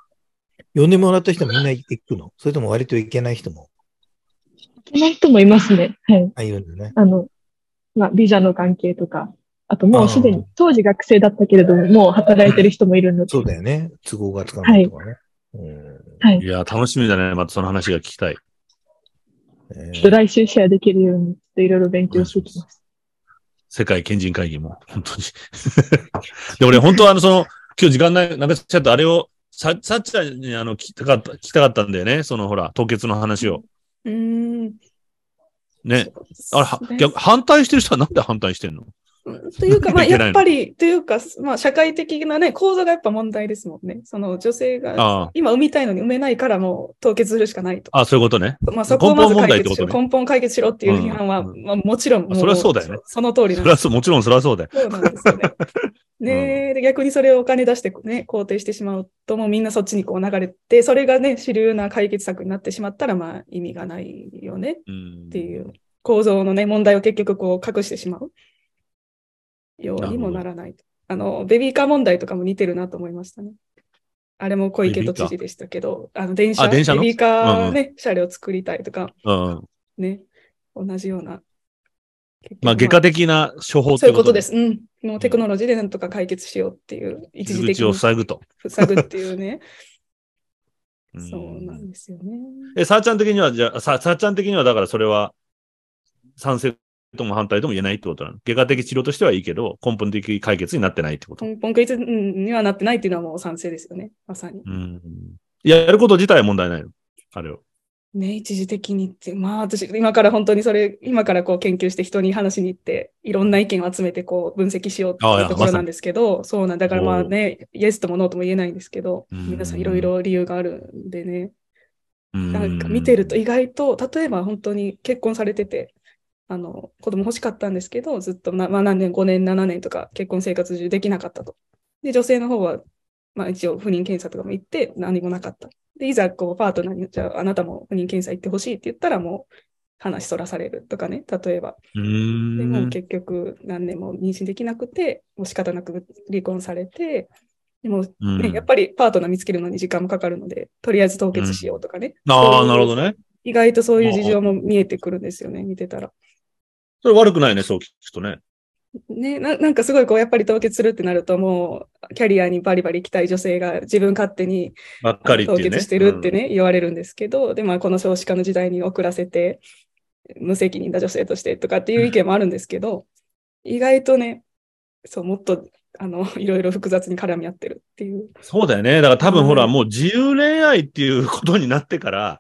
呼んでもらった人みんな行くの？それとも割と行けない人も？ 行けない人もいますね。はい。 あ、いるんだね。 あの、まあ、ビザの関係とか、あともうすでに、当時学生だったけれども、もう働いてる人もいるので。 そうだよね。都合がつかないとかね。はい。 うんはい、 いや、楽しみだね。またその話が聞きたい。 えー、来週シェアできるように、いろいろ勉強していきます。 世界賢人会議も、本当に。で、俺、本当はあの、その、今日時間ない、なくちゃっとあれを、さ、さっちゃんにあの、聞きたかった、聞きたかったんだよね。その、ほら、凍結の話を。 うーん。 ね。あれ、は、逆、反対してる人はなんで反対してんの？ というか、まあ、やっぱり、というか、まあ、社会的なね、構造がやっぱ問題ですもんね。その女性が、今産みたいのに産めないからもう凍結するしかないと。 ああ、そういうことね。 まあ、そこをまず解決しろ、根本解決しろっていう批判は、うん、まあ、もちろんもう、 それはそうだよね。 その通りなんです。それはもちろんそれはそうだよ。 そうなんですよね。ね、うん、で逆にそれをお金出してね、肯定してしまうと、もうみんなそっちにこう流れて、それがね、主流な解決策になってしまったら、まあ、意味がないよねっていう構造のね、問題を結局こう隠してしまう。ようにもならない。あの、ベビーカー問題とかも似てるなと思いましたね。あれも小池都知事でしたけど、あの電車、 電車のベビーカーね、うんうん、車両作りたいとか、 うん、 ね、同じような。 まあ、外科的な処方ってこと、ね、 そういうことです。うん。もうテクノロジーでなんとか解決しようっていう、一時的に。 口を塞ぐと。 塞ぐっていうね。そうなんですよね。 え、さあちゃん的には、じゃあ、さあちゃん的には、だからそれは、賛成とも反対とも言えないってことなの？外科的治療としてはいいけど、根本的解決になってないってこと？ 根本解決にはなってないっていうのはもう賛成ですよね。まさに。 うん。やること自体は問題ないの？あれを。 ね、一時的にって。まあ私、今から本当にそれ、今からこう研究して人に話しに行って、いろんな意見を集めてこう分析しようっていうところなんですけど、そうなんだからまあね、イエスともノーとも言えないんですけど、皆さんいろいろ理由があるんでね。なんか見てると意外と、例えば本当に結婚されてて、あの子供欲しかったんですけど、ずっとな、まあ、何年、ごねん、ななねんとか結婚生活中できなかったと。で、女性の方は、まあ、一応不妊検査とかも行って何もなかった。で、いざこうパートナーに、じゃああなたも不妊検査行ってほしいって言ったらもう話そらされるとかね、例えば。 うーんでも結局何年も妊娠できなくて、もう仕方なく離婚されて、でも、ね、やっぱりパートナー見つけるのに時間もかかるので、とりあえず凍結しようとかね。 うん、ああ、なるほどね。 意外とそういう事情も見えてくるんですよね、見てたら。 それ悪くないね、そう聞くとね。 ね、な, なんかすごいこうやっぱり凍結するってなるともうキャリアにバリバリ行きたい女性が自分勝手にばっかりっていうね、 凍結してるってね、うん、言われるんですけど、でまあこの少子化の時代に遅らせて無責任な女性としてとかっていう意見もあるんですけど、うん、意外とね、そうもっとあのいろいろ複雑に絡み合ってるっていう。 そうだよね。だから多分ほら、うん、もう自由恋愛っていうことになってから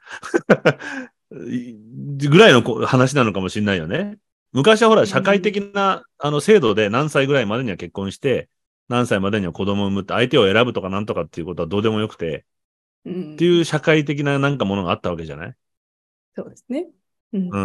ぐらいの話なのかもしれないよね。昔はほら、社会的な、うん、あの制度で何歳ぐらいまでには結婚して、何歳までには子供を産むって相手を選ぶとかなんとかっていうことはどうでもよくて、うん、っていう社会的ななんかものがあったわけじゃない？ そうですね。 うん。うん、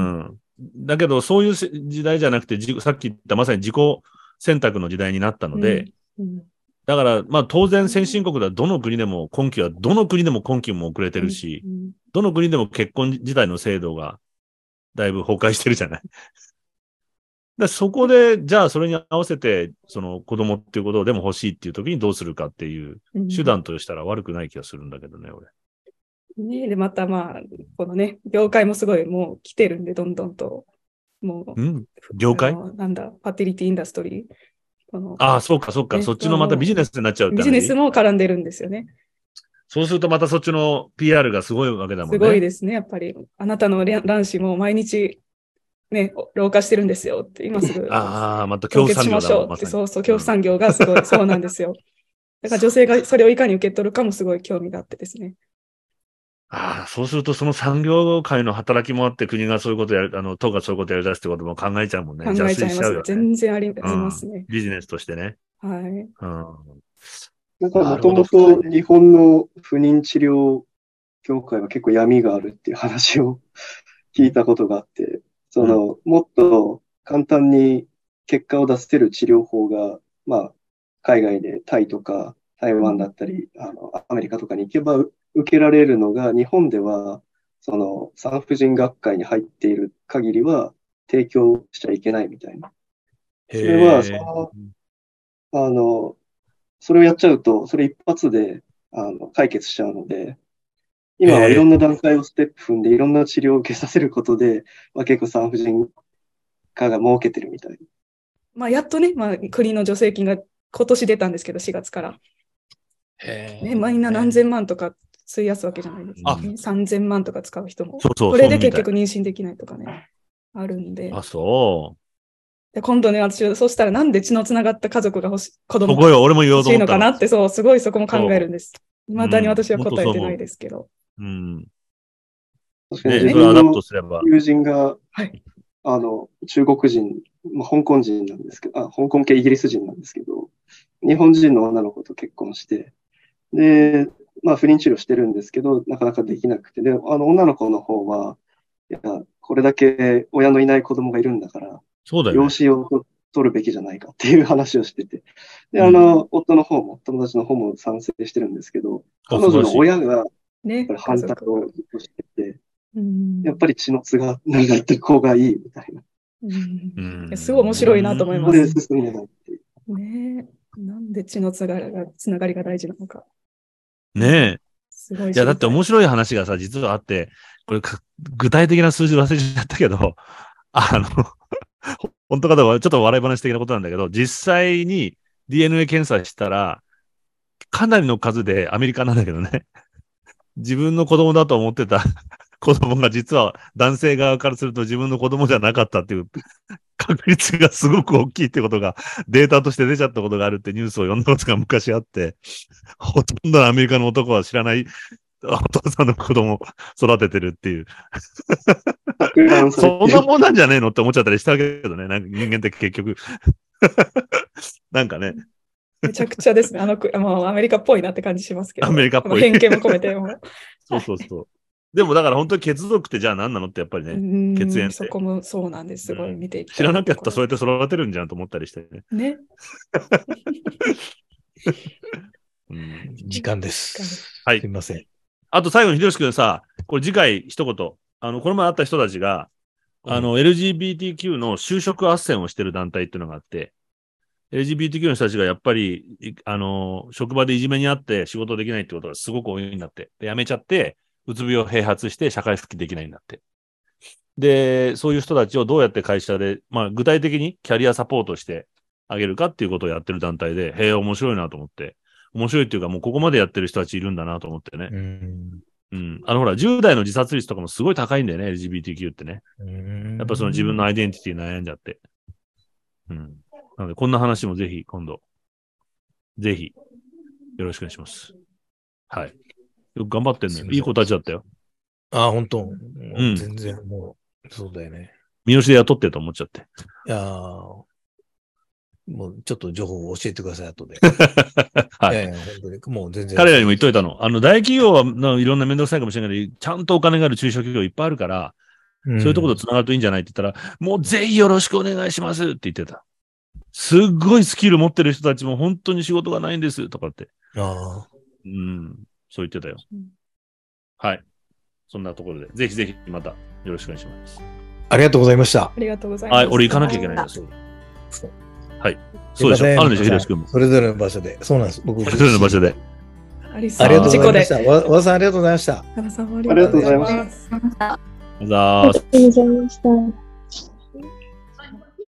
だけど、そういう時代じゃなくて、さっき言ったまさに自己選択の時代になったので、うんうん、だから、まあ当然先進国ではどの国でも婚期は、どの国でも婚期も遅れてるし、うんうん、どの国でも結婚自体の制度がだいぶ崩壊してるじゃない？だそこで、じゃあそれに合わせて、その子供っていうことでも欲しいっていう時にどうするかっていう手段としたら悪くない気がするんだけどね、俺。 ね、で、またまあ、このね、業界もすごいもう来てるんで、どんどんと。もう、 うん、業界なんだ、ファティリティインダストリー。このああ、そうか、そうか、 ね、 そっちのまたビジネスになっちゃうって話。 ビジネスも絡んでるんですよね。 そうするとまたそっちの ピーアール がすごいわけだもんね。 すごいですね、やっぱり。あなたの卵子も毎日、ね、老化してるんですよって、今すぐ。 ああ、また恐怖産業だもん、まさに。 そうそう、恐怖産業がすごい、そうなんですよ。だから女性がそれをいかに受け取るかもすごい興味があってですね。 ああ、そうするとその産業界の働きもあって国がそういうことやる、あの、党がそういうことやり出すってことも考えちゃうもんね。 考えちゃいますね。 ね全然あり、 うん、 ありますね。 ビジネスとしてね。 はい。 うん。 なんかもともと日本の不妊治療業界は結構闇があるっていう話を聞いたことがあって、その、うん、もっと簡単に結果を出せる治療法が、まあ、海外でタイとか台湾だったり、あの、アメリカとかに行けば受けられるのが、日本では、その、産婦人学会に入っている限りは提供しちゃいけないみたいな。それは、その、あの、それをやっちゃうと、それ一発で、あの、解決しちゃうので、今はいろんな段階をステップ踏んで、いろんな治療を受けさせることで、まあ、結構産婦人科が儲けてるみたい。 まあ、やっとね、まあ、国の助成金が今年出たんですけど、しがつから。 へね、まあ、みんな何千万とか費やすわけじゃないですか、ね。さんぜんまんとか使う人も。 そうそう、 それで結局妊娠できないとかね、あるんで。 あ、そう。 で今度ね、私はそうしたらなんで血のつながった家族が欲し子供が欲しいのかなって、そう、すごいそこも考えるんです。いまだに私は答えてないですけど。 うん。 確かに自分の友人が、 はい、 あの、中国人、まあ、香港人なんですけど、あ、香港系イギリス人なんですけど、日本人の女の子と結婚して、で、まあ、不妊治療してるんですけど、なかなかできなくて、で、あの、女の子の方は、いや、これだけ親のいない子供がいるんだから、 そうだよね、 養子を取るべきじゃないかっていう話をしてて、で、あの、うん、夫の方も、友達の方も賛成してるんですけど、彼女の親が、やっぱり反対をしてて、ね、やっぱり血のつが長いって子がいいみたいな。 うん、すごい面白いなと思います。 進んでないっていう。 ねえ、なんで血のつがりが、つながりが大事なのか。 ねえ。 すごい。 いや、だって面白い話がさ、実はあって、これ具体的な数字忘れちゃったけど、あの、本当かどうかちょっと笑い話的なことなんだけど、実際に ディーエヌエー 検査したら、かなりの数でアメリカなんだけどね、自分の子供だと思ってた子供が実は男性側からすると自分の子供じゃなかったっていう確率がすごく大きいってことがデータとして出ちゃったことがあるってニュースを読んだことが昔あって、ほとんどのアメリカの男は知らないお父さんの子供を育ててるっていう。そんなもんなんじゃねえのって思っちゃったりしたけどね、なんか人間って結局。なんかね。 めちゃくちゃですね。あの、もうアメリカっぽいなって感じしますけど。 アメリカっぽい。 偏見も込めても。 そうそうそう。でもだから本当に血族ってじゃあ何なのってやっぱりね、血縁って。 そこもそうなんです。すごい見ていきたい、 うん。知らなかったらそうやって育てるんじゃんと思ったりしてね。 ね。 うん、時間です。 はい。 すみません。 あと最後に秀吉君さ、これ次回一言。あの、この前会った人たちが、うん、あの、エルジービーティーキュー の就職斡旋をしてる団体っていうのがあって、エルジービーティーキュー の人たちがやっぱり、あの、職場でいじめにあって仕事できないってことがすごく多いんだって。で、辞めちゃって、うつ病を併発して社会復帰できないんだって。で、そういう人たちをどうやって会社で、まあ具体的にキャリアサポートしてあげるかっていうことをやってる団体で、へえ、面白いなと思って。面白いっていうか、もうここまでやってる人たちいるんだなと思ってね。うん。うん。あのほら、じゅう代の自殺率とかもすごい高いんだよね、エルジービーティーキュー ってね。やっぱその自分のアイデンティティ悩んじゃって。うん。なので、こんな話もぜひ今度、ぜひ、よろしくお願いします。はい。よく頑張ってんのよ。いい子たちだったよ。 ああ、本当。 うん。 全然もう、そうだよね。 三好で雇ってと思っちゃって。 いやー、もうちょっと情報を教えてください、後で。 はい。 いやいや、本当に、もう全然。 彼らにも言っといたの。あの、大企業はのいろんなめんどくさいかもしれないけど、ちゃんとお金がある中小企業いっぱいあるから、うん、そういうところと繋がるといいんじゃないって言ったら、もうぜひよろしくお願いしますって言ってた。すっごいスキル持ってる人たちも本当に仕事がないんですとかって。 ああ。 うん。そう言ってたよ。うん、はい。そんなところで、ぜひぜひまたよろしくお願いします。 ありがとうございました。 ありがとうございます。 はい、俺行かなきゃいけないんですよ。はい。そうでしょ。あるんでしょ、ひろし君も。 それぞれの場所で。そうなんです。僕それぞれの場所で。 アリスさんありがとうございまし事た。わ和田さんありがとうございました。 故で。原さんもあありがとうございましたした。 ありがとうございます。 ありがとうございました。